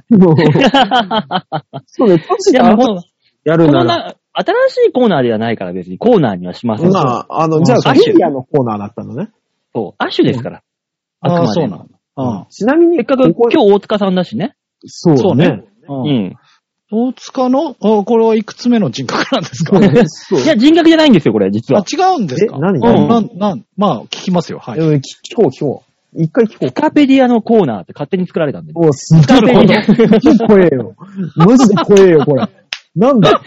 そうね、閉じたらやるなら。 新しいコーナーではないから別にコーナーにはしません。 まあ、あの、じゃあ、アシュアのコーナーだったのね。 そう、アッシュですから。 うん、ああ、そうなの。 うん。ちなみに、 せっかく今日大塚さんだしね。 そうね。 うん。 大塚の、あ、これはいくつ目の人格なんですかいや、人格じゃないんですよ、これ、実は。 あ、違うんですかえ、何うん、なん、なん、まあ、聞きますよ。はい。 聞こう、聞こう。一回聞こう。 スカペディアのコーナーって勝手に作られたんで。 お、スカペディア。マジで怖えよ。マジで怖えよ、これ。なんだ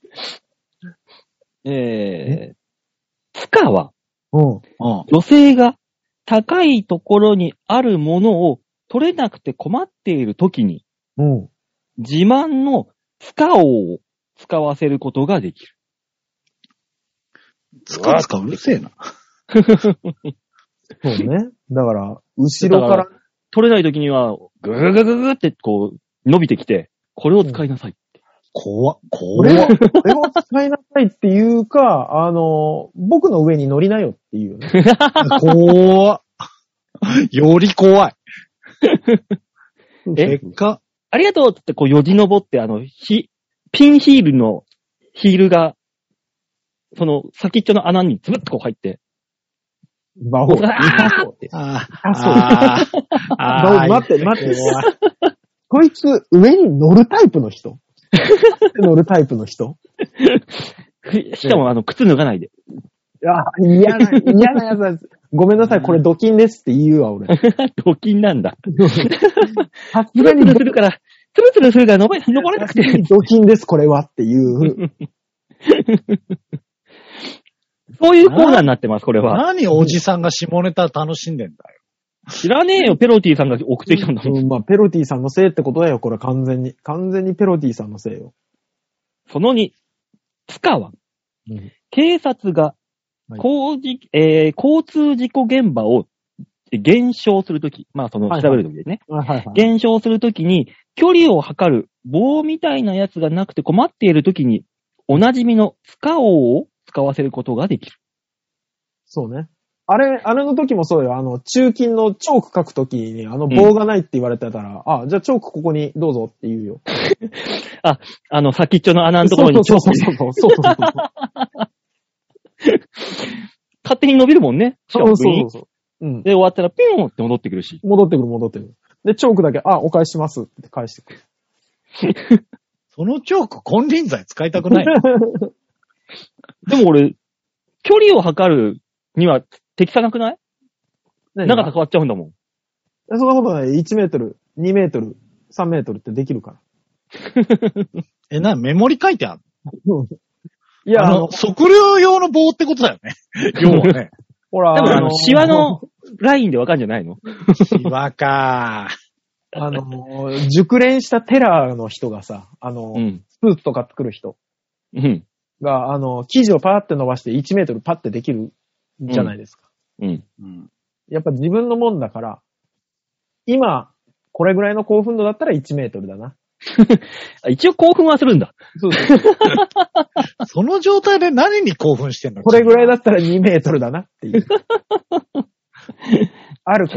えー、スカは、 うん。 女性が高いところにあるものを取れなくて困っているときに、 うん。 自慢のスカ王を使わせることができる。 スカスカうるせえな。 そうね。だから、後ろから。から取れないときには、ぐぐぐぐぐってこう、伸びてきて、これを使いなさいって。 怖っ、 これを、 怖っ。 これを使いなさいっていうか、あの、僕の上に乗りなよっていうね。 怖っ。より怖い。 え結果、 ありがとうってこうよじ登って、あの、ひ、ピンヒールのヒールが、その先っちょの穴にズブッとこう入って、 バオ、痛そうって。 ああそうあー、あー待って待って怖いこいつ上に乗るタイプの人乗るタイプの人しかもあの、靴脱がないで。 いや、嫌な、嫌なやつです。ごめんなさい、これドキンですって言うわ、俺。 ドキンなんだ。 さすツルツがにルするから、ツルツルするから登れ、登れなくて。 ドキンです、これはっていう。 そういうコーナーになってます、これは。 何おじさんが下ネタ楽しんでんだよ。 知らねえよ、ペロティさんが送ってきたんだもん。 うん、まあ、ペロティさんのせいってことだよ、これ完全に。完全にペロティさんのせいよ。 そのに、つかは、 うん、 警察が、交事、えー、交通事故現場を減少するとき、まあその調べるときでね、 はいはいはいはい、 減少するときに、距離を測る棒みたいなやつがなくて困っているときに、おなじみのつかおうを使わせることができる。 そうね。あれ、あれの時もそうよ。あの、中金のチョーク書くときに、あの棒がないって言われてたら、うん、あ、じゃあチョークここにどうぞって言うよ。 あ、あの、先っちょの穴のところにチョーク。 そうそうそうそうそうそうそう勝手に伸びるもんね。 そうそうそう。うん。 で、終わったらピューンって戻ってくるし。 戻ってくる戻ってくる。で、チョークだけ、あ、お返ししますって返してくる。 そのチョーク金輪際使いたくないでも俺、距離を測るには適さなくない？長さ変わっちゃうんだもん。 そんなことない。いちメートル、にメートル、さんメートルってできるから。 え、な、メモリ書いてあるの？ いや、 あの、測量用の棒ってことだよね。要はね。 ほら、 多分あの、シワのラインでわかんじゃないの？ シワかあの、熟練したテラーの人がさ、あの、うん、スーツとか作る人うんが、あの、生地をパーって伸ばしていちメートルパッてできるじゃないですか。 うん。うん、やっぱ自分のもんだから、今、これぐらいの興奮度だったらいちメートルだな。 一応興奮はするんだ。 そうそうその状態で何に興奮してんの？ これぐらいだったらにメートルだなっていう。あるか。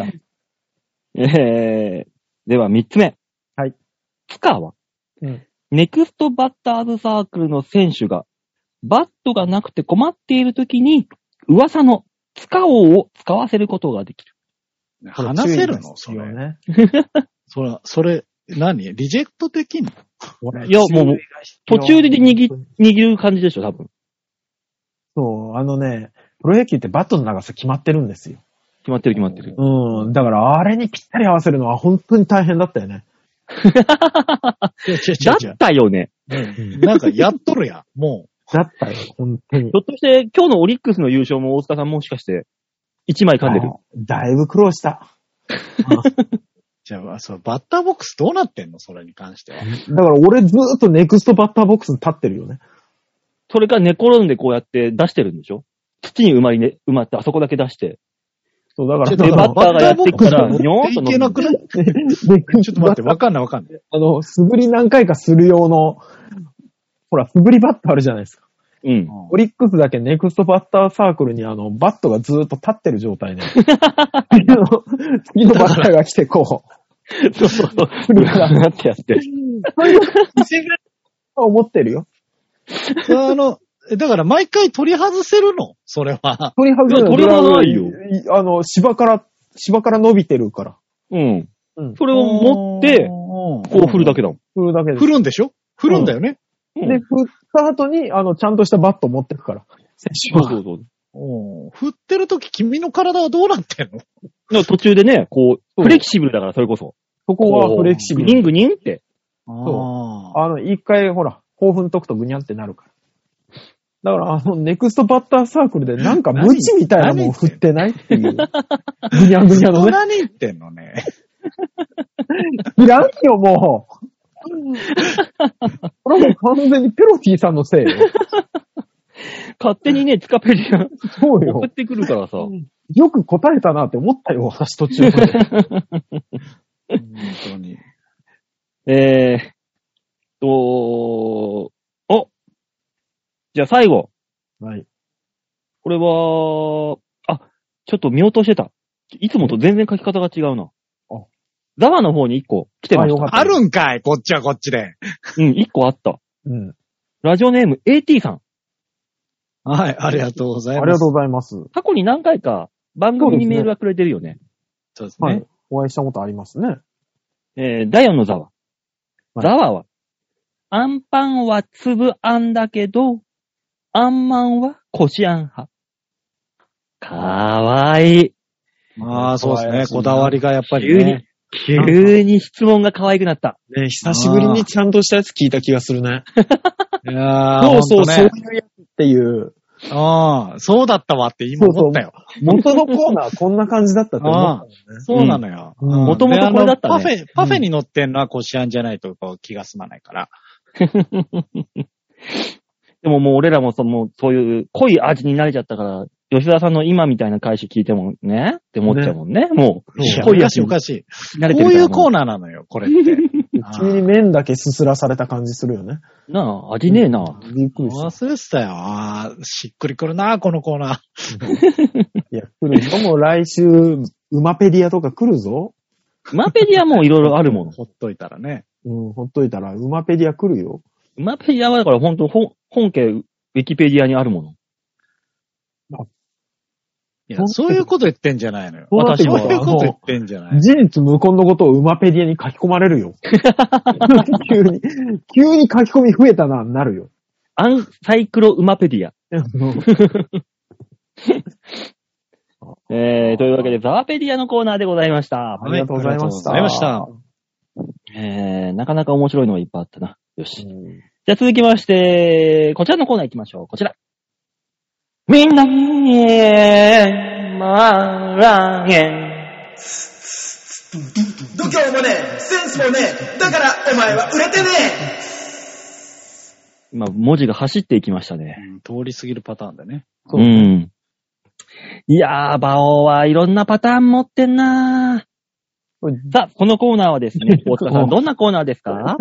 えー、では三つ目。 はい。 ツカは、うん、ネクストバッターズサークルの選手が、バットがなくて困っているときに、噂のツカ王を使わせることができる。 話せるの？それ。ね、それ、それ、何？リジェクトできんの？ いや、もう、途中で握、握る感じでしょ、多分。 そう、あのね、プロ野球ってバットの長さ決まってるんですよ。 決まってる決まってる。 うん。だから、あれにぴったり合わせるのは本当に大変だったよね。 だったよね。 うん、なんかやっとるやん、もう。だったよ、本当に。 ひょっとして、今日のオリックスの優勝も大塚さんもしかして、一枚噛んでる？ だいぶ苦労した。 じゃあ、そう、バッターボックスどうなってんの？それに関しては。 だから俺ずーっとネクストバッターボックスに立ってるよね。 それから寝転んでこうやって出してるんでしょ？土に埋まりね、埋まってあそこだけ出して。 そう、だから、 でバッターがやってきたら、にょーんといけなくない？ちょっと待って、わかんないわかんない。 あの、素振り何回かする用の、ほら、素振りバットあるじゃないですか。 うん。 オリックスだけネクストバッターサークルにあの、バットがずーっと立ってる状態で。次の、次のバッターが来てこう。 そうそうそう。振るからなってやって。 そういう自信が思ってるよ。 あの、だから毎回取り外せるの？それは。 取り外せるの？ 取り外さないよ。 あの、芝から、芝から伸びてるから。 うん。うん、それを持って、こう振るだけだもん。 振るだけで。 振るんでしょ？振るんだよね。 うん、で、振った後に、あの、ちゃんとしたバット持ってくから。選手は。 そうそうそう。振ってる時君の体はどうなってんの？ 途中でね、こう、フレキシブルだから、それこそ。 そこはフレキシブル。 グニングニンって。 そう。あの、一回、ほら、興奮解くとグニャンってなるから。だから、あの、ネクストバッターサークルでなんか無知みたいなもん振ってないっていう。ぐにゃぐにゃのね。 何言ってんのね。 いらんよ、もう。これも完全にペロティさんのせいよ。 勝手にね、ツカペリがそうよ。 送ってくるからさ。 よく答えたなって思ったよ、私途中まで。 本当に。 えー、 と、おじゃあ最後。 はい。 これは、あ、ちょっと見落としてた。いつもと全然書き方が違うな。あ、ザワの方にいっこ来てました。 あるんかいこっちはこっちで。 うん、いっこあった。 うん。 ラジオネーム エーティー さん。 はい、ありがとうございます。 ありがとうございます。 過去に何回か番組にメールがくれてるよね。 そうですね。はい。 お会いしたことありますね。 えー、ダイオンのザワ。はい、ザワは、アンパンは粒あんだけど、アンマンはこしあん派。かわいい。 まあ、そうですね。こだわりがやっぱりね。 急に、急に質問が可愛くなった。 ね、久しぶりにちゃんとしたやつ聞いた気がするね。 いやー、 そうそう、 ね、 そういうやつっていう。 ああ、そうだったわって今思ったよ。 そうそう元のコーナーこんな感じだったって思ったもんね。 そうなのよ。 もともとこれだったね。 パフェ、パフェに乗ってんのはこしあんじゃないと気が済まないから。 でももう俺らもその、そういう濃い味に慣れちゃったから、吉田さんの今みたいな返し聞いてもねって思っちゃうもんね。ねもう、 濃い味おかしい。慣れてるから。こういうコーナーなのよ、これって。 急に麺だけすすらされた感じするよね。 なあ、味ねえな。 びっくりした。 忘れてたよ。ああ、しっくりくるな、このコーナー。 いや、来るぞ。もう来週、ウマペディアとか来るぞ。 ウマペディアもいろいろあるもの。 ほっといたらね。 うん、ほっといたら、ウマペディア来るよ。 ウマペディアはだから本当本、本家ウィキペディアにあるもの。 いや、そういうこと言ってんじゃないのよ。私もそういうこと言ってんじゃない。 事実無根のことをウマペディアに書き込まれるよ。急に、急に書き込み増えたな、なるよ。 アンサイクロウマペディア。えー、というわけで、ザワペディアのコーナーでございました。 ありがとうございました。 ありがとうございました。えー、なかなか面白いのがいっぱいあったな。よし。じゃあ続きまして、こちらのコーナー行きましょう。こちら。みんなにえまらげん。 度胸もねえ、センスもねえ、だからお前は売れてねえ。今、文字が走っていきましたね。 うん、通り過ぎるパターンだね。 うん。いやー、バオはいろんなパターン持ってんなー。さあ、このコーナーはですね、大塚さん、どんなコーナーですか？ はい、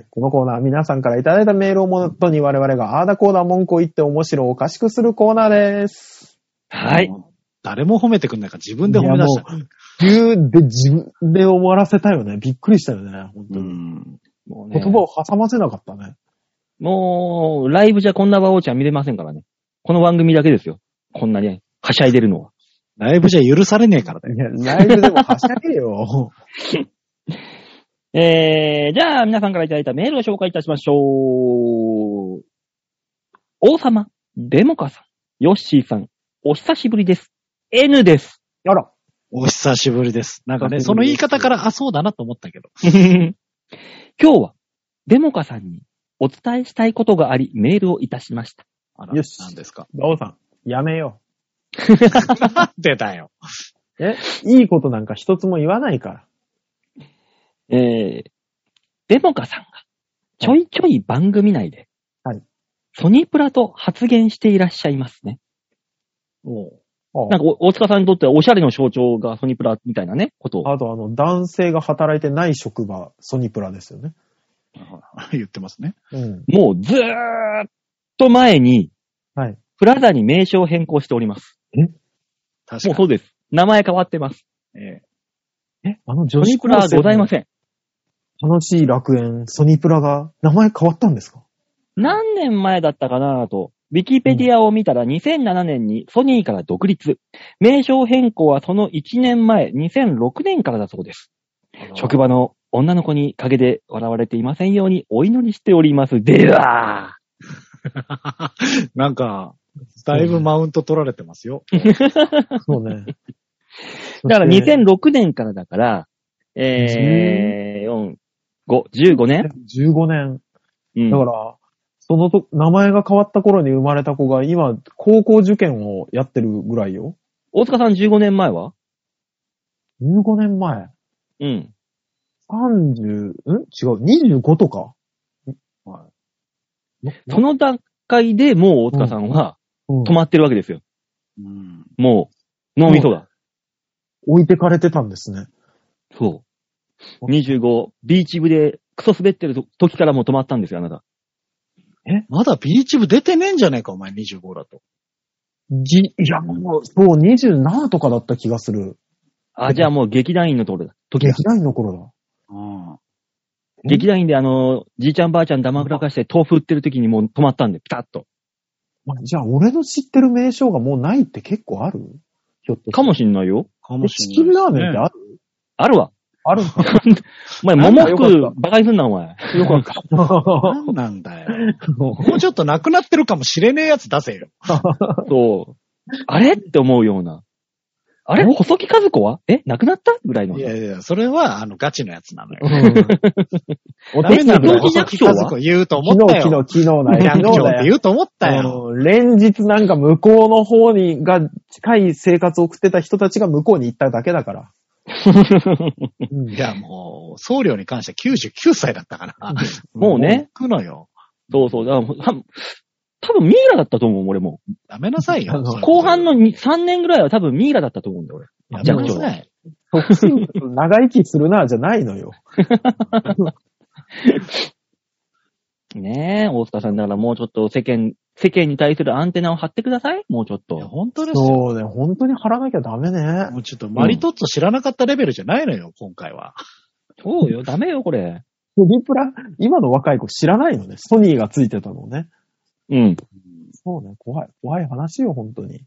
このコーナーは皆さんからいただいたメールをもとに我々があーだこーだ文句を言って面白おかしくするコーナーです。 はい。 誰も褒めてくんないから自分で褒め出した。 急で自分で終わらせたよね。びっくりしたよね、本当に。 うんもうね、言葉を挟ませなかったね。 もう、ライブじゃこんなバオちゃん見れませんからね。この番組だけですよ。こんなにはしゃいでるのは。 ライブじゃ許されねえからだよ。 いや、ライブでもはしゃげよ。 えー、じゃあ皆さんからいただいたメールを紹介いたしましょう。王様、デモカさん、ヨッシーさん、お久しぶりです。N です。 あら。 お久しぶりです。なんかね、その言い方から、あ、そうだなと思ったけど。 今日は、デモカさんにお伝えしたいことがあり、メールをいたしました。 あら、 よし。 何ですか？ バオさん、やめよう。 出たよ。 え、いいことなんか一つも言わないから。 えー、デモカさんが、ちょいちょい番組内で、 はい。 ソニプラと発言していらっしゃいますね。 おう。 なんか、大塚さんにとってはおしゃれの象徴がソニプラみたいなね、ことを。 あと、あの、男性が働いてない職場、ソニプラですよね。 言ってますね。 うん。 もうずーっと前に、 はい。 プラザに名称を変更しております。 え？ 確かに。もうそうです。名前変わってます。 えー、え、あの女子プラはございません。 楽しい楽園、ソニプラが名前変わったんですか？ 何年前だったかなと、ウィキペディアを見たらにせんななねんにソニーから独立。名称変更はそのいちねんまえ、にせんろくねんからだそうです。職場の女の子に陰で笑われていませんようにお祈りしております。ではなんか、だいぶマウント取られてますよ。 そうね。 だからにせんろくねんからだから、えー、よん、ご、じゅうごねん ? じゅうごねん。 うん。 だから、そのと、名前が変わった頃に生まれた子が今、高校受験をやってるぐらいよ。 大塚さんじゅうごねんまえは ? じゅうごねんまえ。 うん。 さんじゅう、ん違う、にじゅうごとか。 はい。その段階でもう大塚さんは止まってるわけですよ。 うん、 もう、脳みそが。 置いてかれてたんですね。 そう。にじゅうご、ビーチ部でクソ滑ってる時からもう止まったんですよ、あなた。 まだビーチ部出てねえんじゃねえか、お前にじゅうごだと。 じ、いや、もう、そう、にじゅうななとかだった気がする。 あ、じゃあもう劇団員のところだ。時だ。 劇団員の頃だ。 うん。 劇団員であの、じいちゃんばあちゃんダマくらかして豆腐売ってる時にもう止まったんで、ピタッと。 まじゃあ、俺の知ってる名称がもうないって結構ある？ひょっとして。 かもしんないよ。 かもえチキンしれない、 ラーメンってある？ あるわ。 あるお前、桃なんだよか服、バカにすんな、お前。 よかった。 なんなんだよ。もうちょっとなくなってるかもしれねえやつ出せよ。 そう。あれって思うような。あれ細木和子はえ亡くなったぐらいの。 いやいや、それは、あの、ガチのやつなのよ。 おダメなんだよ。 え細木和子言うと思ったよ。 昨日、昨日、昨日だよ。 百昨日だよ。 姓って言うと思ったよ。 うん連日なんか向こうの方にが近い生活を送ってた人たちが向こうに行っただけだから。うんいや、もう、僧侶に関してはきゅうじゅうきゅうさいだったから。 もうね。 行くのよ。 そうそう。だからた多分ミイラだったと思う、俺も。 やめなさいよ。 あの後半のにさんねんぐらいは多分ミイラだったと思うんだよ、俺。 やめなさい。 特進長生きするな、じゃないのよ。 ねえ、大塚さんだからもうちょっと世間、世間に対するアンテナを張ってください。もうちょっいや、 と。 本当ですよ。 そうね、本当に貼らなきゃダメね。 もうちょっとマリトッツォ知らなかったレベルじゃないのよ、今回は。 そうよ、ダメよ、これ。 ホリプラ、今の若い子知らないのね。ソニーがついてたのね。 うん。 そうね、怖い、怖い話よ、本当に。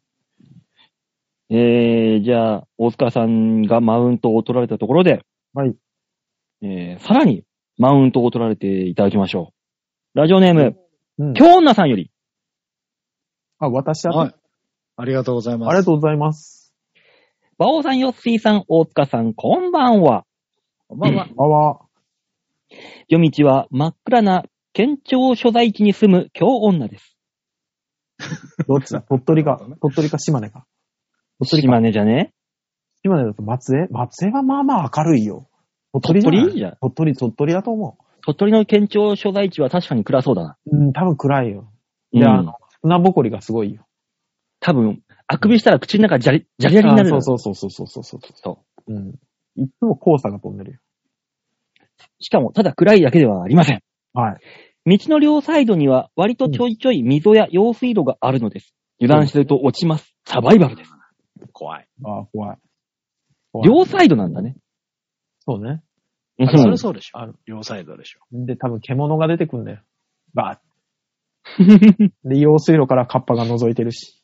えー、じゃあ、大塚さんがマウントを取られたところで、 はい。 えー、さらにマウントを取られていただきましょう。ラジオネーム、 うん。 京女さんより、 あ、私は、 はい。ありがとうございます。 ありがとうございます。 馬王さん、ヨッシーさん、大塚さん、こんばんは。 こんばんは。 あわ。 夜道は真っ暗な県庁所在地に住む京女です。 どっちだ鳥取か、鳥取か島根か。鳥取か。 島根じゃね島根だと松江松江はまあまあ明るいよ。鳥取じゃない鳥取じゃん。 鳥取、鳥取だと思鳥取の県庁所在地は確かに暗そうだな。 う。うん、多分暗いよ。 うんで、あの、砂ぼこりがすごいよ。 多分、あくびしたら口の中ジャリ、ジャリジャリになる。 あそうそうそうそうそうそうそう。 そう。 うん。いつも黄砂が飛んでるよ。 しかも、ただ暗いだけではありません。 はい。 道の両サイドには割とちょいちょい溝や用水路があるのです。油断すると落ちます。サバイバルです。 怖い。 ああ、怖い。怖い両サイドなんだね。 そうね。 うんそれそうでしょ。 ある両サイドでしょ。 で、多分獣が出てくんだよ。バーで、用水路からカッパが覗いてるし。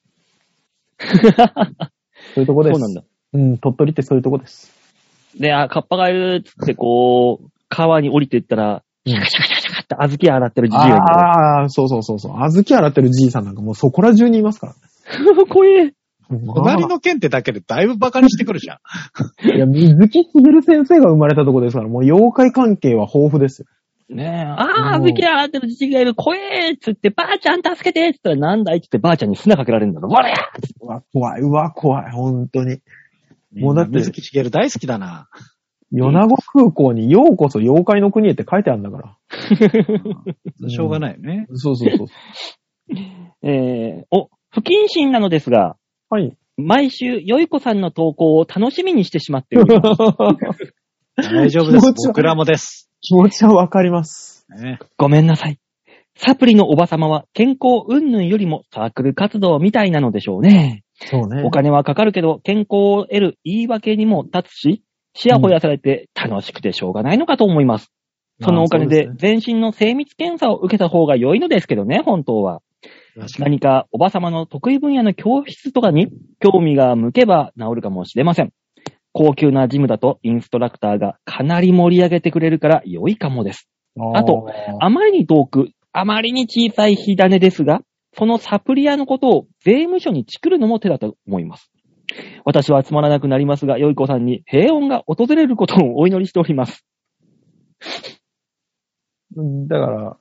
そういうとこです。 そうなんだ。 うん、鳥取ってそういうとこです。 で、あ、カッパがいるっつってこう、川に降りていったら、シャカシャカシャカシャカって小豆洗ってるじじいがいる。 ああ、そうそうそうそう。小豆洗ってるじいさんなんかもうそこら中にいますからね。 怖え。 隣の県ってだけでだいぶバカにしてくるじゃん。 いや、水木しげる先生が生まれたとこですから、もう妖怪関係は豊富ですよ。 ねえ、あー、小豆洗ってるじじいがいる。怖えっつって、ばあちゃん助けてっつったら、なんだいっつってばあちゃんに砂かけられるんだろ。われやうわ、怖い、うわ、怖い、本当に。もうだって水木しげる大好きだな。 米子空港にようこそ妖怪の国へって書いてあるんだから。 しょうがないよね。 そうそうそう。 えー、お、不謹慎なのですが、 はい。 毎週、よいこさんの投稿を楽しみにしてしまっております。 大丈夫です気持ち。悪い僕らもです。 気持ちはわかります。 ね、 ごめんなさい。サプリのおばさまは健康云々よりもサークル活動みたいなのでしょうね。 そうね。 お金はかかるけど健康を得る言い訳にも立つし、しやほやされて楽しくてしょうがないのかと思います。そのお金でまあ全身の精密検査を受けた方が良いのですけどね、本当は。 確かに。 何かおばさまの得意分野の教室とかに興味が向けば治るかもしれません。高級なジムだとインストラクターがかなり盛り上げてくれるから良いかもです。あと、あまりに遠く、あまりに小さい火種ですが、そのサプリ屋のことを税務署にチクるのも手だと思います。私はつまらなくなりますが、よいこさんに平穏が訪れることをお祈りしております。 うんだから、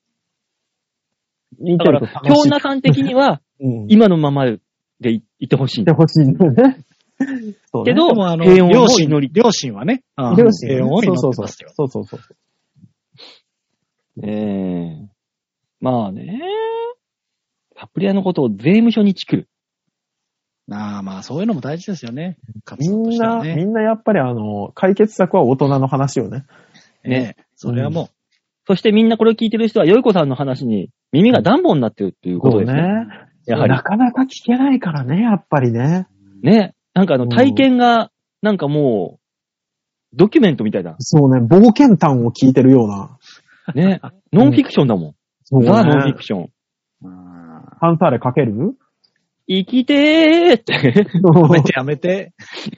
見だから、京奈さん的には、 うん、 今のままでいいてほしいんだ。 てほしいんだよね。そうねけどでもあの、 平穏を両親祈り、 両親はね、うん両親平穏を祈そうそうってますよ。 そうそうそう。 ええまあね。サプリ屋のことを税務署にチクる。 ああ、まあそういうのも大事ですよね。活み動とんな、 してはね。 みんなやっぱりあの、解決策は大人の話をね。 ねえ、それはもそしてみんなこれを聞いてる人は、よいこさんの話に耳が暖房になってるっていうことですね。 そうね。 やはり。 なかなか聞けないからね、やっぱりね。 ね。なんかあの体験が、なんかもう、ドキュメントみたいな。 そうね、冒険譚を聞いてるような。 ね。ノンフィクションだもん。 そうね。 ザ・ノンフィクション。 ハンサーレかける生きてーって。 やめてやめて。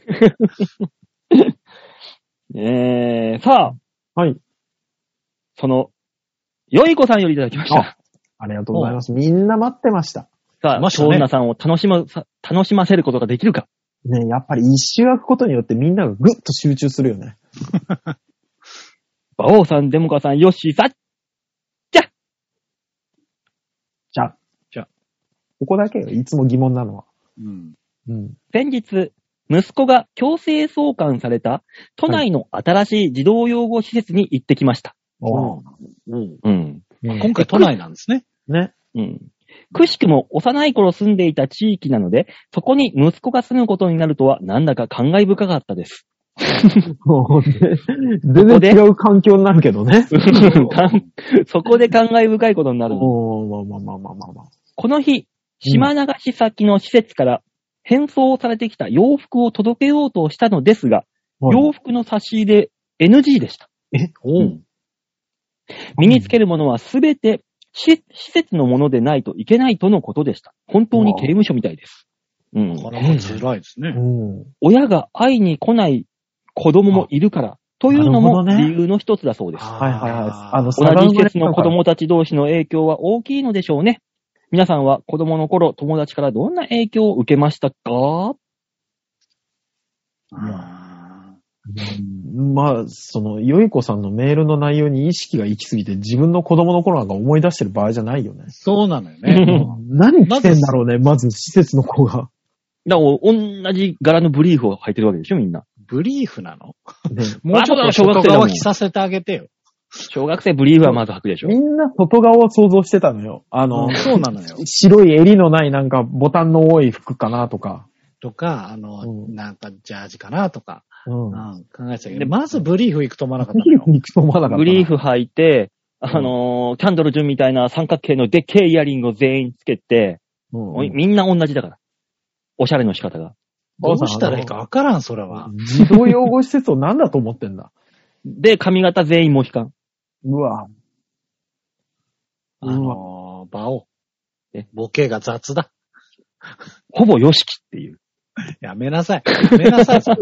えー、さあ。 はい。 その、よいこさんよりいただきました。 ありがとうございます。みんな待ってました。 さあ、ショウナさんを楽しま、楽しませることができるか。 ね、やっぱり一周空くことによってみんながぐっと集中するよね。 バオさん、デモカさん、ヨッシーさん、じゃじゃじゃここだけよ、いつも疑問なのは。 うん。 うん。 先日、息子が強制送還された都内の新しい児童養護施設に行ってきました。 おううんうん。 今回都内なんですね。 ね。 うん。くしくも幼い頃住んでいた地域なので、そこに息子が住むことになるとはなんだか感慨深かったです。 全然違う環境になるけどね。 そこで感慨深いことになるの。 おー、まあまあまあまあまあ。 この日、島流し先の施設から返送されてきた洋服を届けようとしたのですが、 はい、 洋服の差し入れ エヌジー でした。 え、 うん、身につけるものはすべて施設のものでないといけないとのことでした。本当に刑務所みたいです。うん。 これも辛いですね。 うん、 親が会いに来ない子供もいるから、というのも理由の一つだそうです。 はいはいはい。あの、 同じ施設の子供たち同士の影響は大きいのでしょうね。皆さんは子供の頃、友達からどんな影響を受けましたか？ うんまあ、その、よいこさんのメールの内容に意識が行き過ぎて自分の子供の頃なんか思い出してる場合じゃないよね。 そうなのよね。 何着てんだろうね、まず施設の子が。 だから、同じ柄のブリーフを履いてるわけでしょ、みんな。 ブリーフなの、 ね、 もうちょっと外側着させてあげてよ。 小学生ブリーフはまず履くでしょ。 みんな外側を想像してたのよ。あの、 うん、そうなのよ。 白い襟のないなんかボタンの多い服かなとか。 とか、あの、うん、なんかジャージかなとか。うん。うん、考えてたけど、まずブリーフ行くと思わなかったのよ。 ブリーフ行くと思わなかった。 ブリーフ履いて、あのー、キャンドル順みたいな三角形のでっけえイヤリングを全員つけて、うん、みんな同じだから。おしゃれの仕方が。 どうしたらいいかわからん、それは。 児童養護施設を何だと思ってんだ。 で、髪型全員モヒカン。 うわ。 あのー、場を。え、ボケが雑だ。 ほぼヨシキっていう。 やめなさい。やめなさい。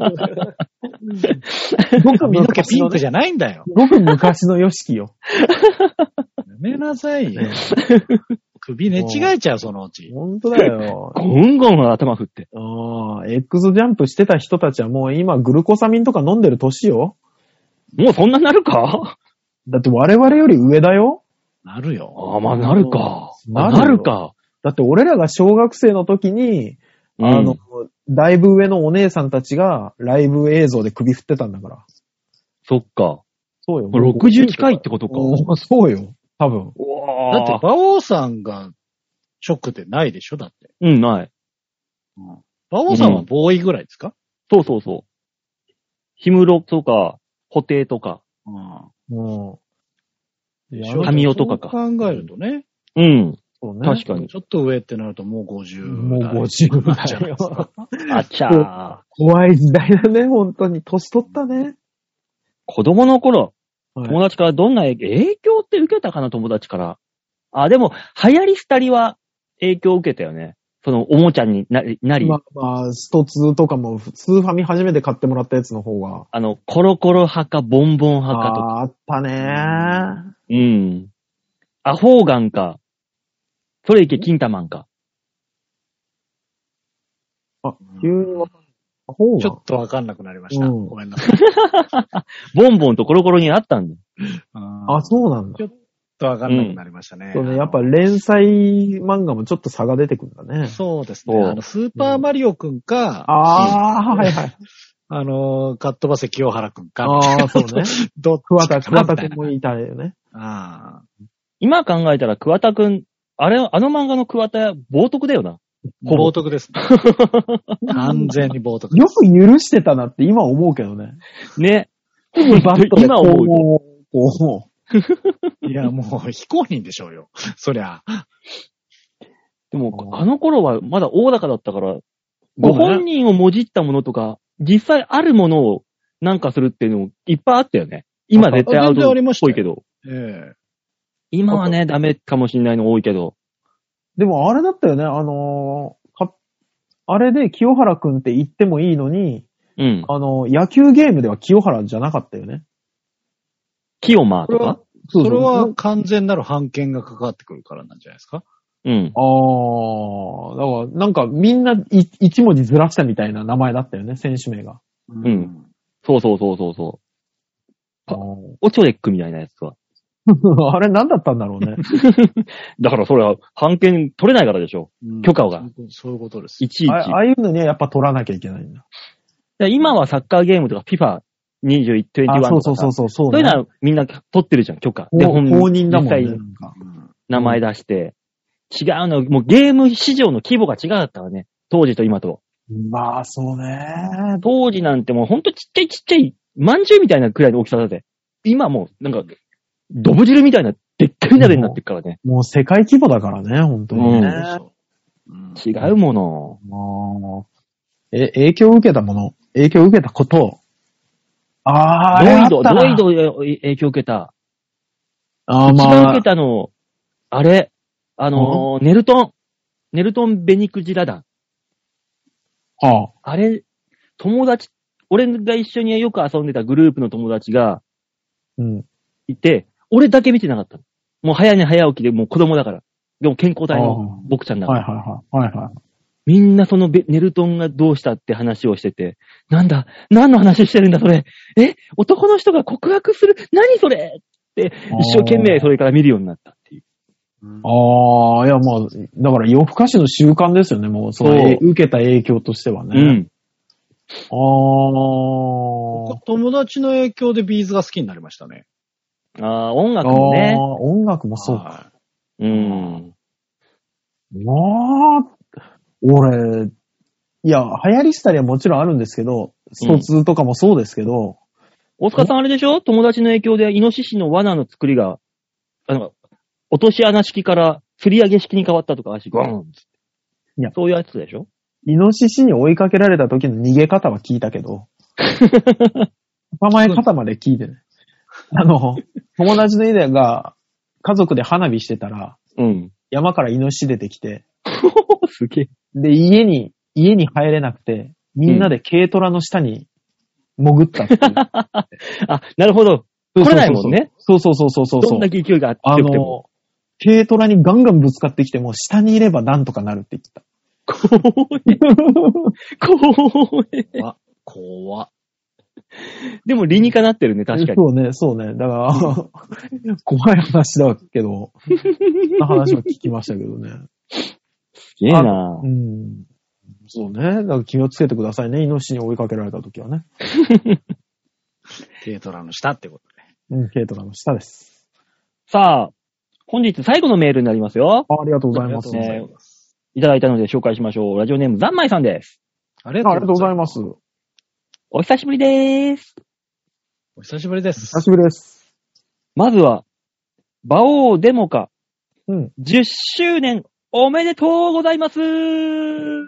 僕髪の毛ピンクじゃないんだよ。 僕昔のヨシキよ。 やめなさいよ。首寝違えちゃう、そのうち。 ほんとだよ。 ゴンゴン頭振って。 ああ、X ジャンプしてた人たちはもう今グルコサミンとか飲んでる年よ。 もうそんななるか？ だって我々より上だよ。 なるよ。 ああ、まあなるか。 なる, なるか。 だって俺らが小学生の時に、うん、あの、だいぶ上のお姉さんたちがライブ映像で首振ってたんだから。 そっか。 そうよ。 ろくじゅう近いってことか。 そうよ。多分。 だって、馬王さんが直でないでしょだって。 うん、ない。 うん、馬王さんはボーイぐらいですか、 うん、そうそうそう。ヒムロとか、ホテイとか。 うん。 もう。神代とかか。 そう考えるとね。 うん。 そうね。 確かに。 ちょっと上ってなるともうごじゅう。 もうごじゅうだよ。 あっちゃー。 怖い時代だね、本当に。年取ったね。 子供の頃、 はい、 友達からどんな影響、影響って受けたかな、友達から。あ、でも、流行り廃りは影響を受けたよね。その、おもちゃになり。なりまあまあ、ストツーとかも、スーファミ初めて買ってもらったやつの方が。 あの、コロコロ派か、ボンボン派かとか。 あ、あったねー。うん。アホーガンか、それいけ、キンタマンか。 あ、急にわかんない。アホーガンちょっとわかんなくなりました。うん、ごめんなさい。 ボンボンとコロコロにあったんだよ。 あ、そうなんだ。 ちょっとわかんなくなりましたね。 うん、そうね、やっぱ連載漫画もちょっと差が出てくるんだね。 そうですね。あの、スーパーマリオくんか、 うん、ああ、はいはい。 あの、カットバセ清原くんか。 ああ、そうね。 どっ桑田、桑田くんもいたよね。 ああ。 今考えたら桑田くん、あれ、あの漫画の桑田、冒涜だよな。 冒涜です、ね。完全に冒涜です。 よく許してたなって今思うけどね。 ね。 バットで今思う。 こう、 いや、もう非公認でしょうよ。そりゃ。 でも、あの頃はまだ大高だったから、ご本人をもじったものとか、実際あるものをなんかするっていうのもいっぱいあったよね。今絶対アウトっぽいけど。 ええ、 今はね、ダメかもしんないの多いけど。 でもあれだったよね、あのー、かあれで清原くんって言ってもいいのに、 うん。 あの、野球ゲームでは清原じゃなかったよね。 清間とかそうそうそれは完全なる判権がかかってくるからなんじゃないですか。 うん。 ああ、だからなんかみんない一文字ずらしたみたいな名前だったよね、選手名が。 うん。そうそうそうそうそう。 あオチョレックみたいなやつは。 あれ何だったんだろうね。 だからそれは判権取れないからでしょ。 うん、 許可が。 そういうことです。 いちいち。 あ, ああいうのにはやっぱ取らなきゃいけないんだ。 今はサッカーゲームとか フィファにじゅういち、にじゅういちとかそうそうそうそう。 そういうのはみんな取ってるじゃん、許可。 で、本人だもんね。 実際名前出して。違うの、もうゲーム市場の規模が違かったからね。当時と今と。 まあ、そうね。 当時なんてもうほんとちっちゃいちっちゃい、まんじゅうみたいなくらいの大きさだぜ。今もう、なんか、ドブ汁みたいなでっかい鍋になってるからね。 もう世界規模だからね、ほんとにね。 うん、違うもの。 もうえ、影響を受けたもの、影響を受けたこと。ああ、 ドイド、ドイド影響を受けた。 ああ、まあ。 一番受けたの、あれ、あのー、ネルトン。ネルトン・ベニクジラ団。 はあ。 あれ、友達、俺が一緒によく遊んでたグループの友達が、 うん。 いて、俺だけ見てなかったの。もう早寝早起きでもう子供だから。でも健康体の僕ちゃんだから。 はいはいはい。はいはい。 みんなそのネルトンがどうしたって話をしてて、なんだ何の話してるんだそれえ男の人が告白する何それって一生懸命それから見るようになったっていう。 ああ、いやまあ、だから夜更かしの習慣ですよね、もう。その受けた影響としてはね。うん。ああ。 友達の影響でビーズが好きになりましたね。 ああ、音楽もね。 ああ、音楽もそうか。 うん。 まあ、俺、いや、流行りしたりはもちろんあるんですけど、ストツーとかもそうですけど。 うん、大塚さんあれでしょ友達の影響でイノシシの罠の作りが、あの、落とし穴式から吊り上げ式に変わったとか、足ゴーンって。いや、そういうやつでしょイノシシに追いかけられた時の逃げ方は聞いたけど、構え方まで聞いてね。あの、友達の家が家族で花火してたら、 うん、 山からイノシシ出てきて、 すげえ。 で、家に、家に入れなくて、みんなで軽トラの下に潜ったっていう。うん、 あ、なるほど。来れないもんね。 そうそうそうそうそう。 どんだけ勢いがあっても。あの、 軽トラにガンガンぶつかってきても、下にいればなんとかなるって言ってた。 怖い。怖い。 あ、怖っ。 でも理にかなってるね、確かに。 そうね、そうね。だから、怖い話だけど、そんな話は聞きましたけどね。 すげえなぁ。 うん。そうね。だから気をつけてくださいね。イノシシに追いかけられた時はね。 軽トラの下ってことね。うん、軽トラの下です。 さあ、本日最後のメールになりますよ。 あ, ありがとうございます。 ね、いただいたので紹介しましょう。ラジオネーム、ざんまいさんです。 ありがとうございます。 お久しぶりでーす。 お久しぶりです。 久しぶりです。 まずは、馬王デモカ、 うん、 じゅっしゅうねんおめでとうございますー。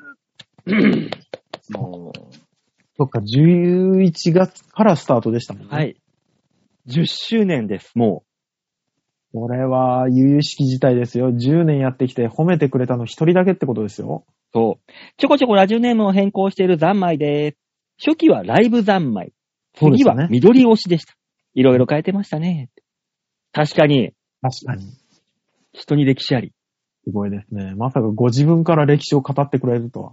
もうそっか、じゅういちがつからスタートでしたもんね。 はい。じゅっしゅうねんです、もう。これは、由々しき事態ですよ。じゅうねんやってきて褒めてくれたの一人だけってことですよ。 そう。ちょこちょこラジオネームを変更しているざんまいでーす。初期はライブ三昧。次は緑推しでした。いろいろ変えてましたね。確かに。 確かに。 人に歴史あり。 すごいですね。まさかご自分から歴史を語ってくれるとは。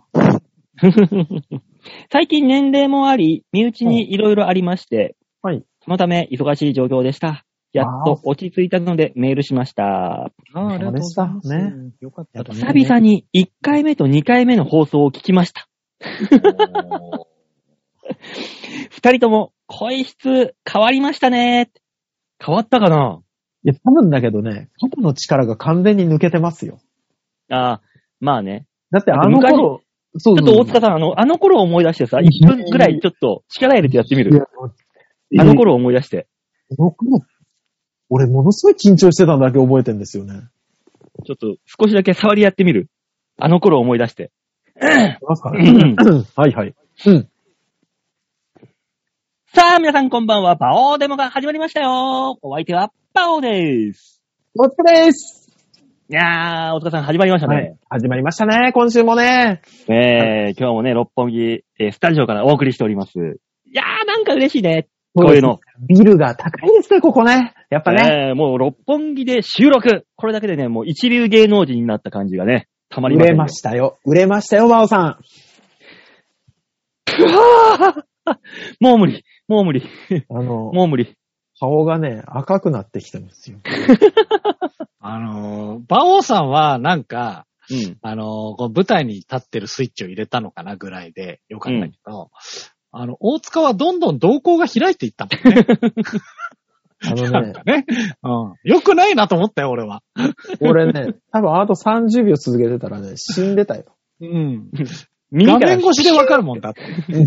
最近年齢もあり、身内にいろいろありまして、 はい。 そのため忙しい状況でした。やっと落ち着いたのでメールしました。 ああ、ありがとうございます。ね。 よかったですね。久々にいっかいめとにかいめの放送を聞きました。二人とも声質変わりましたね。変わったかないや、多分だけどね、肩の力が完全に抜けてますよ。 ああ、まあね。 だってあの頃、 そうそうちょっと大塚さん、あの、あの頃を思い出してさ、いっぷんぐらいちょっと力入れてやってみる。あの頃を思い出して。 僕も、 俺ものすごい緊張してたんだけ覚えてんですよね。 ちょっと少しだけ触りやってみる。あの頃思い出して。 ますかね。はいはい。うん。 さあ、皆さんこんばんは。バオーデモが始まりましたよ。お相手はバオーです。 お疲れです。 いやー、お疲れさん始まりましたね。はい、 始まりましたね、今週もね。 えー、今日もね、六本木、えー、スタジオからお送りしております。いやー、なんか嬉しいね。こういうの。 ビルが高いですね、ここね。やっぱね。 えー、もう六本木で収録。これだけでね、もう一流芸能人になった感じがね、たまりませんよ。 売れましたよ。売れましたよ、バオさん。 くわーもう無理。もう無理。 あの、 もう無理。 顔がね、赤くなってきてますよ。 あのー、馬王さんはなんか、 うん、 あのー、この舞台に立ってるスイッチを入れたのかなぐらいでよかったけど、うん、あの、大塚はどんどん動向が開いていったもんね。 あのね。 なんかね、うん。よくないなと思ったよ、俺は。 俺ね、多分あとさんじゅうびょう続けてたらね、死んでたよ。 うん。画面越しでわかるもんだって。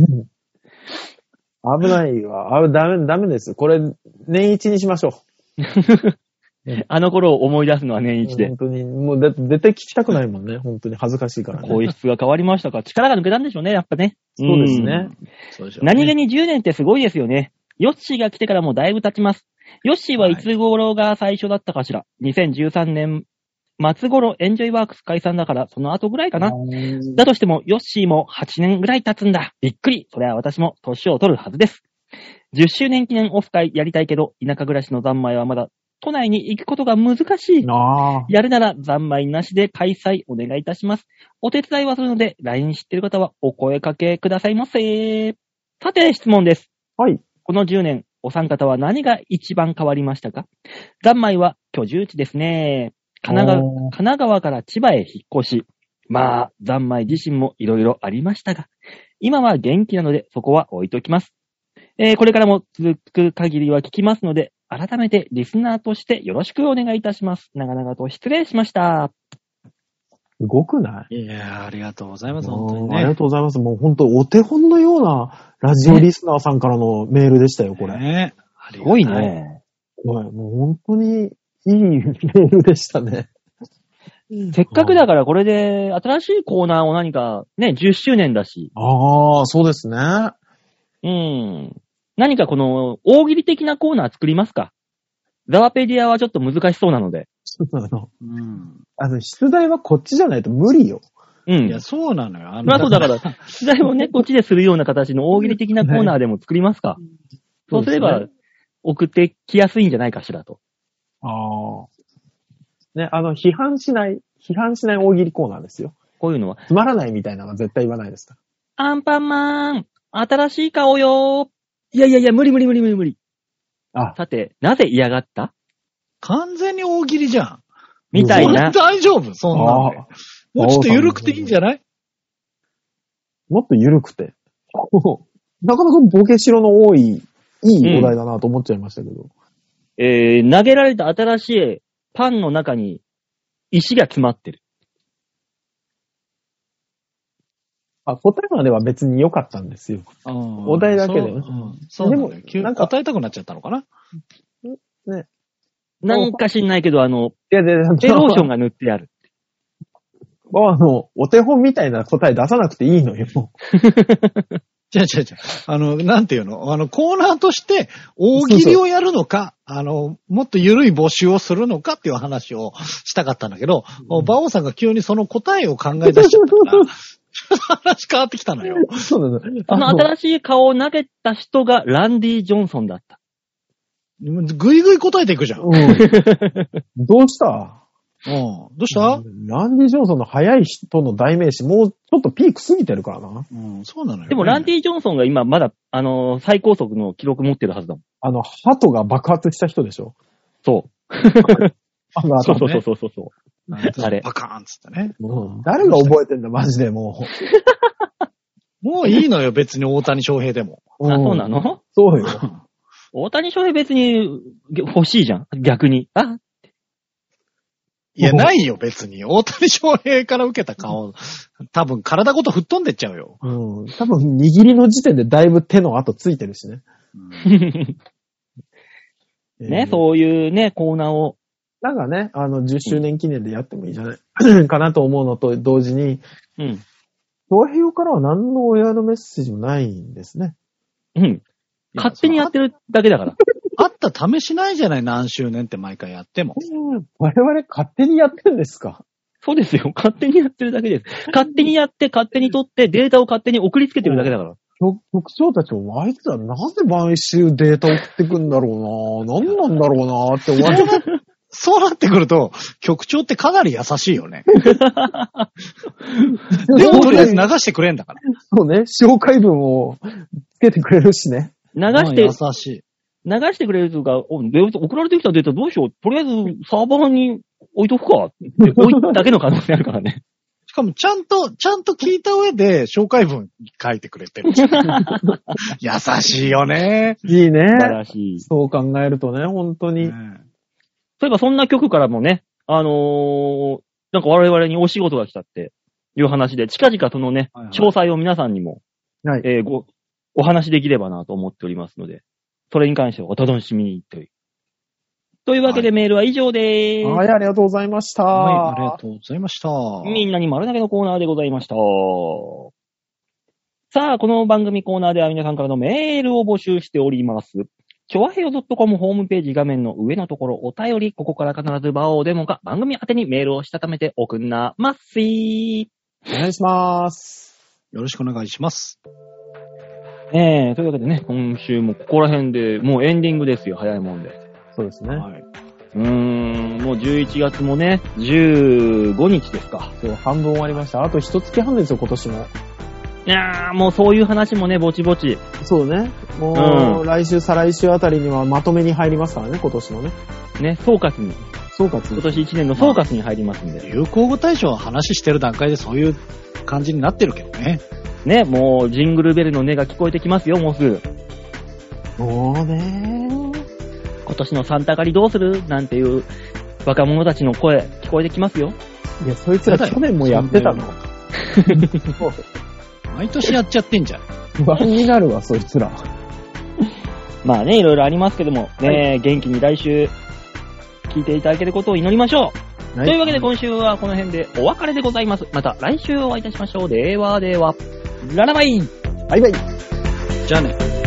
危ないわ。あ、ダメ、ダメです。これ、年一にしましょう。 あの頃を思い出すのは年一で。 本当に。もう、だって絶対聞きたくないもんね。本当に恥ずかしいからね。 声質が変わりましたか。力が抜けたんでしょうね、やっぱね。 そうですね。 そうでしょうね。何気にじゅうねんってすごいですよね。ヨッシーが来てからもだいぶ経ちます。ヨッシーはいつ頃が最初だったかしら。はい、にせんじゅうさんねん末頃エンジョイワークス解散だからその後ぐらいかな。だとしてもヨッシーもはちねんぐらい経つんだ。びっくり。それは私も年を取るはずです。じゅっしゅうねん記念オフ会やりたいけど、田舎暮らしの三昧はまだ都内に行くことが難しい。 あやるなら三昧なしで開催お願いいたします。お手伝いはするので ライン 知ってる方はお声かけくださいませ。さて質問です。 はい。 このじゅうねんお三方は何が一番変わりましたか？三昧は居住地ですね。神奈川、神奈川から千葉へ引っ越し。まあ、三昧自身もいろいろありましたが、今は元気なのでそこは置いときます。えー、これからも続く限りは聞きますので、改めてリスナーとしてよろしくお願いいたします。長々と失礼しました。 すごくない？ いやー、ありがとうございます。本当にね。 ありがとうございます。もう本当お手本のようなラジオリスナーさんからのメールでしたよ、これ。 ね。 すごいね。 もう本当にいいメールでしたね。 せっかくだからこれで新しいコーナーを何かね、じゅっしゅうねんだし。 ああ、そうですね。 うん。何かこの大喜利的なコーナー作りますか？ザワペディアはちょっと難しそうなので。 あの、うん、あの、出題はこっちじゃないと無理よ。 うん。 いや、そうなのよ。 あのまあそうだから、出題をね、こっちでするような形の大喜利的なコーナーでも作りますか？ね、そうすれば、送ってきやすいんじゃないかしらと。 ああ。ね、あの、批判しない、批判しない大喜利コーナーですよ。 こういうのは。 つまらないみたいなのは絶対言わないですか？ アンパンマン、新しい顔よー。いやいやいや、無理無理無理無理無理。あ、さて、なぜ嫌がった？ 完全に大喜利じゃん。 みたいな。 大丈夫そんなんで。もうちょっと緩くていいんじゃない？ もっと緩くて。なかなかボケしろの多い、いいお題だなと思っちゃいましたけど。 うん、えー、投げられた新しいパンの中に石が詰まってる。 あ、答えまでは別に良かったんですよ。お題だけで。 そう、うん、そうでも、なんか答えたくなっちゃったのかな？ ね。 なんか知んないけど、あの、 いやいやいや、 エローションが塗ってある。 あの、お手本みたいな答え出さなくていいのよ。 違う違う違う。あの、なんていうの？あの、コーナーとして大喜利をやるのか、そうそうあの、もっと緩い募集をするのかっていう話をしたかったんだけど、うん、馬王さんが急にその答えを考え出しちゃったから、話変わってきたのよ。 そうなの。 その新しい顔を投げた人がランディ・ジョンソンだった。 ぐいぐい答えていくじゃん。うん、 どうしたうん。どうした、 うん、ランディ・ジョンソンの速い人の代名詞、もうちょっとピーク過ぎてるからな。 うん、そうなのよ、ね。 でもランディ・ジョンソンが今まだ、あのー、最高速の記録持ってるはずだもん。 あの、鳩が爆発した人でしょ？ そう。 あのそうそうそうそうそう。 あれ。バカーンっつってね。 うん、誰が覚えてんだ、マジでもう。もういいのよ、別に大谷翔平でも。 あ、そうなの？ そうよ。 大谷翔平別に欲しいじゃん、逆に。あいや、ないよ、別に。大谷翔平から受けた顔、多分体ごと吹っ飛んでっちゃうよ。 うん。多分握りの時点でだいぶ手の跡ついてるしね。うん、 ね、そういうね、コーナーを。 なんかね、あの、じゅっしゅうねん記念でやってもいいじゃないかなと思うのと同時に、 うん。 長平からは何の親のメッセージもないんですね。 うん。勝手にやってるだけだから。 あった試しないじゃない、何周年って毎回やっても。 我々勝手にやってるんですか？ そうですよ。勝手にやってるだけです。勝手にやって、勝手に取って、データを勝手に送りつけてるだけだから。 局長たちは、あいつらなぜ毎週データ送ってくんだろうな、何なんだろうなって思われて。 そうなってくると、局長ってかなり優しいよね。でもとりあえず流してくれんだから。 そうね、紹介文をつけてくれるしね。 流して、 優しい。 流してくれるとか、送られてきたデータどうしよう。とりあえずサーバーに置いとくかって置いただけの可能性あるからね。 しかもちゃんと、ちゃんと聞いた上で紹介文書いてくれてる。優しいよね。 いいね。 素晴らしい。 そう考えるとね、本当に。 ね、そういえばそんな曲からもね、あのー、なんか我々にお仕事が来たっていう話で、近々そのね、はいはい、詳細を皆さんにも、はい、えー、ご、お話できればなと思っておりますので、それに関してはお楽しみにという。というわけでメールは以上でーす。 はい、ありがとうございました。 はい、ありがとうございました。 みんなに丸投げのコーナーでございました。さあ、この番組コーナーでは皆さんからのメールを募集しております。ちょわへよ .com ホームページ画面の上のところお便り、ここから必ず場をデモか番組宛てにメールをしたためておくんなますー。 お願いします。 よろしくお願いします。 えー、というわけでね、今週もここら辺でもうエンディングですよ、早いもんで。 そうですね。 はい。うーん、もうじゅういちがつもね、じゅうごにちですか。 そう、半分終わりました。あと一月半ですよ、今年も。 いやー、もうそういう話もね、ぼちぼち。 そうね。もう、うん、来週、再来週あたりにはまとめに入りますからね、今年のね。 ね、総括に。 総括。 今年いちねんの総括に入りますんで。 流行語大賞の話してる段階でそういう感じになってるけどね。 ね、もう、ジングルベルの音が聞こえてきますよ、もうすぐ。 もうねー。 今年のサンタ狩りどうするなんていう若者たちの声聞こえてきますよ。 いや、そいつら去年もやってたの。 毎年やっちゃってんじゃん。 不安になるわ、そいつら。 まあね、いろいろありますけども、ね、はい、元気に来週聞いていただけることを祈りましょう。はい、というわけで今週はこの辺でお別れでございます。また来週お会いいたしましょう。ではでは、ララバイバイバイ。 じゃあね。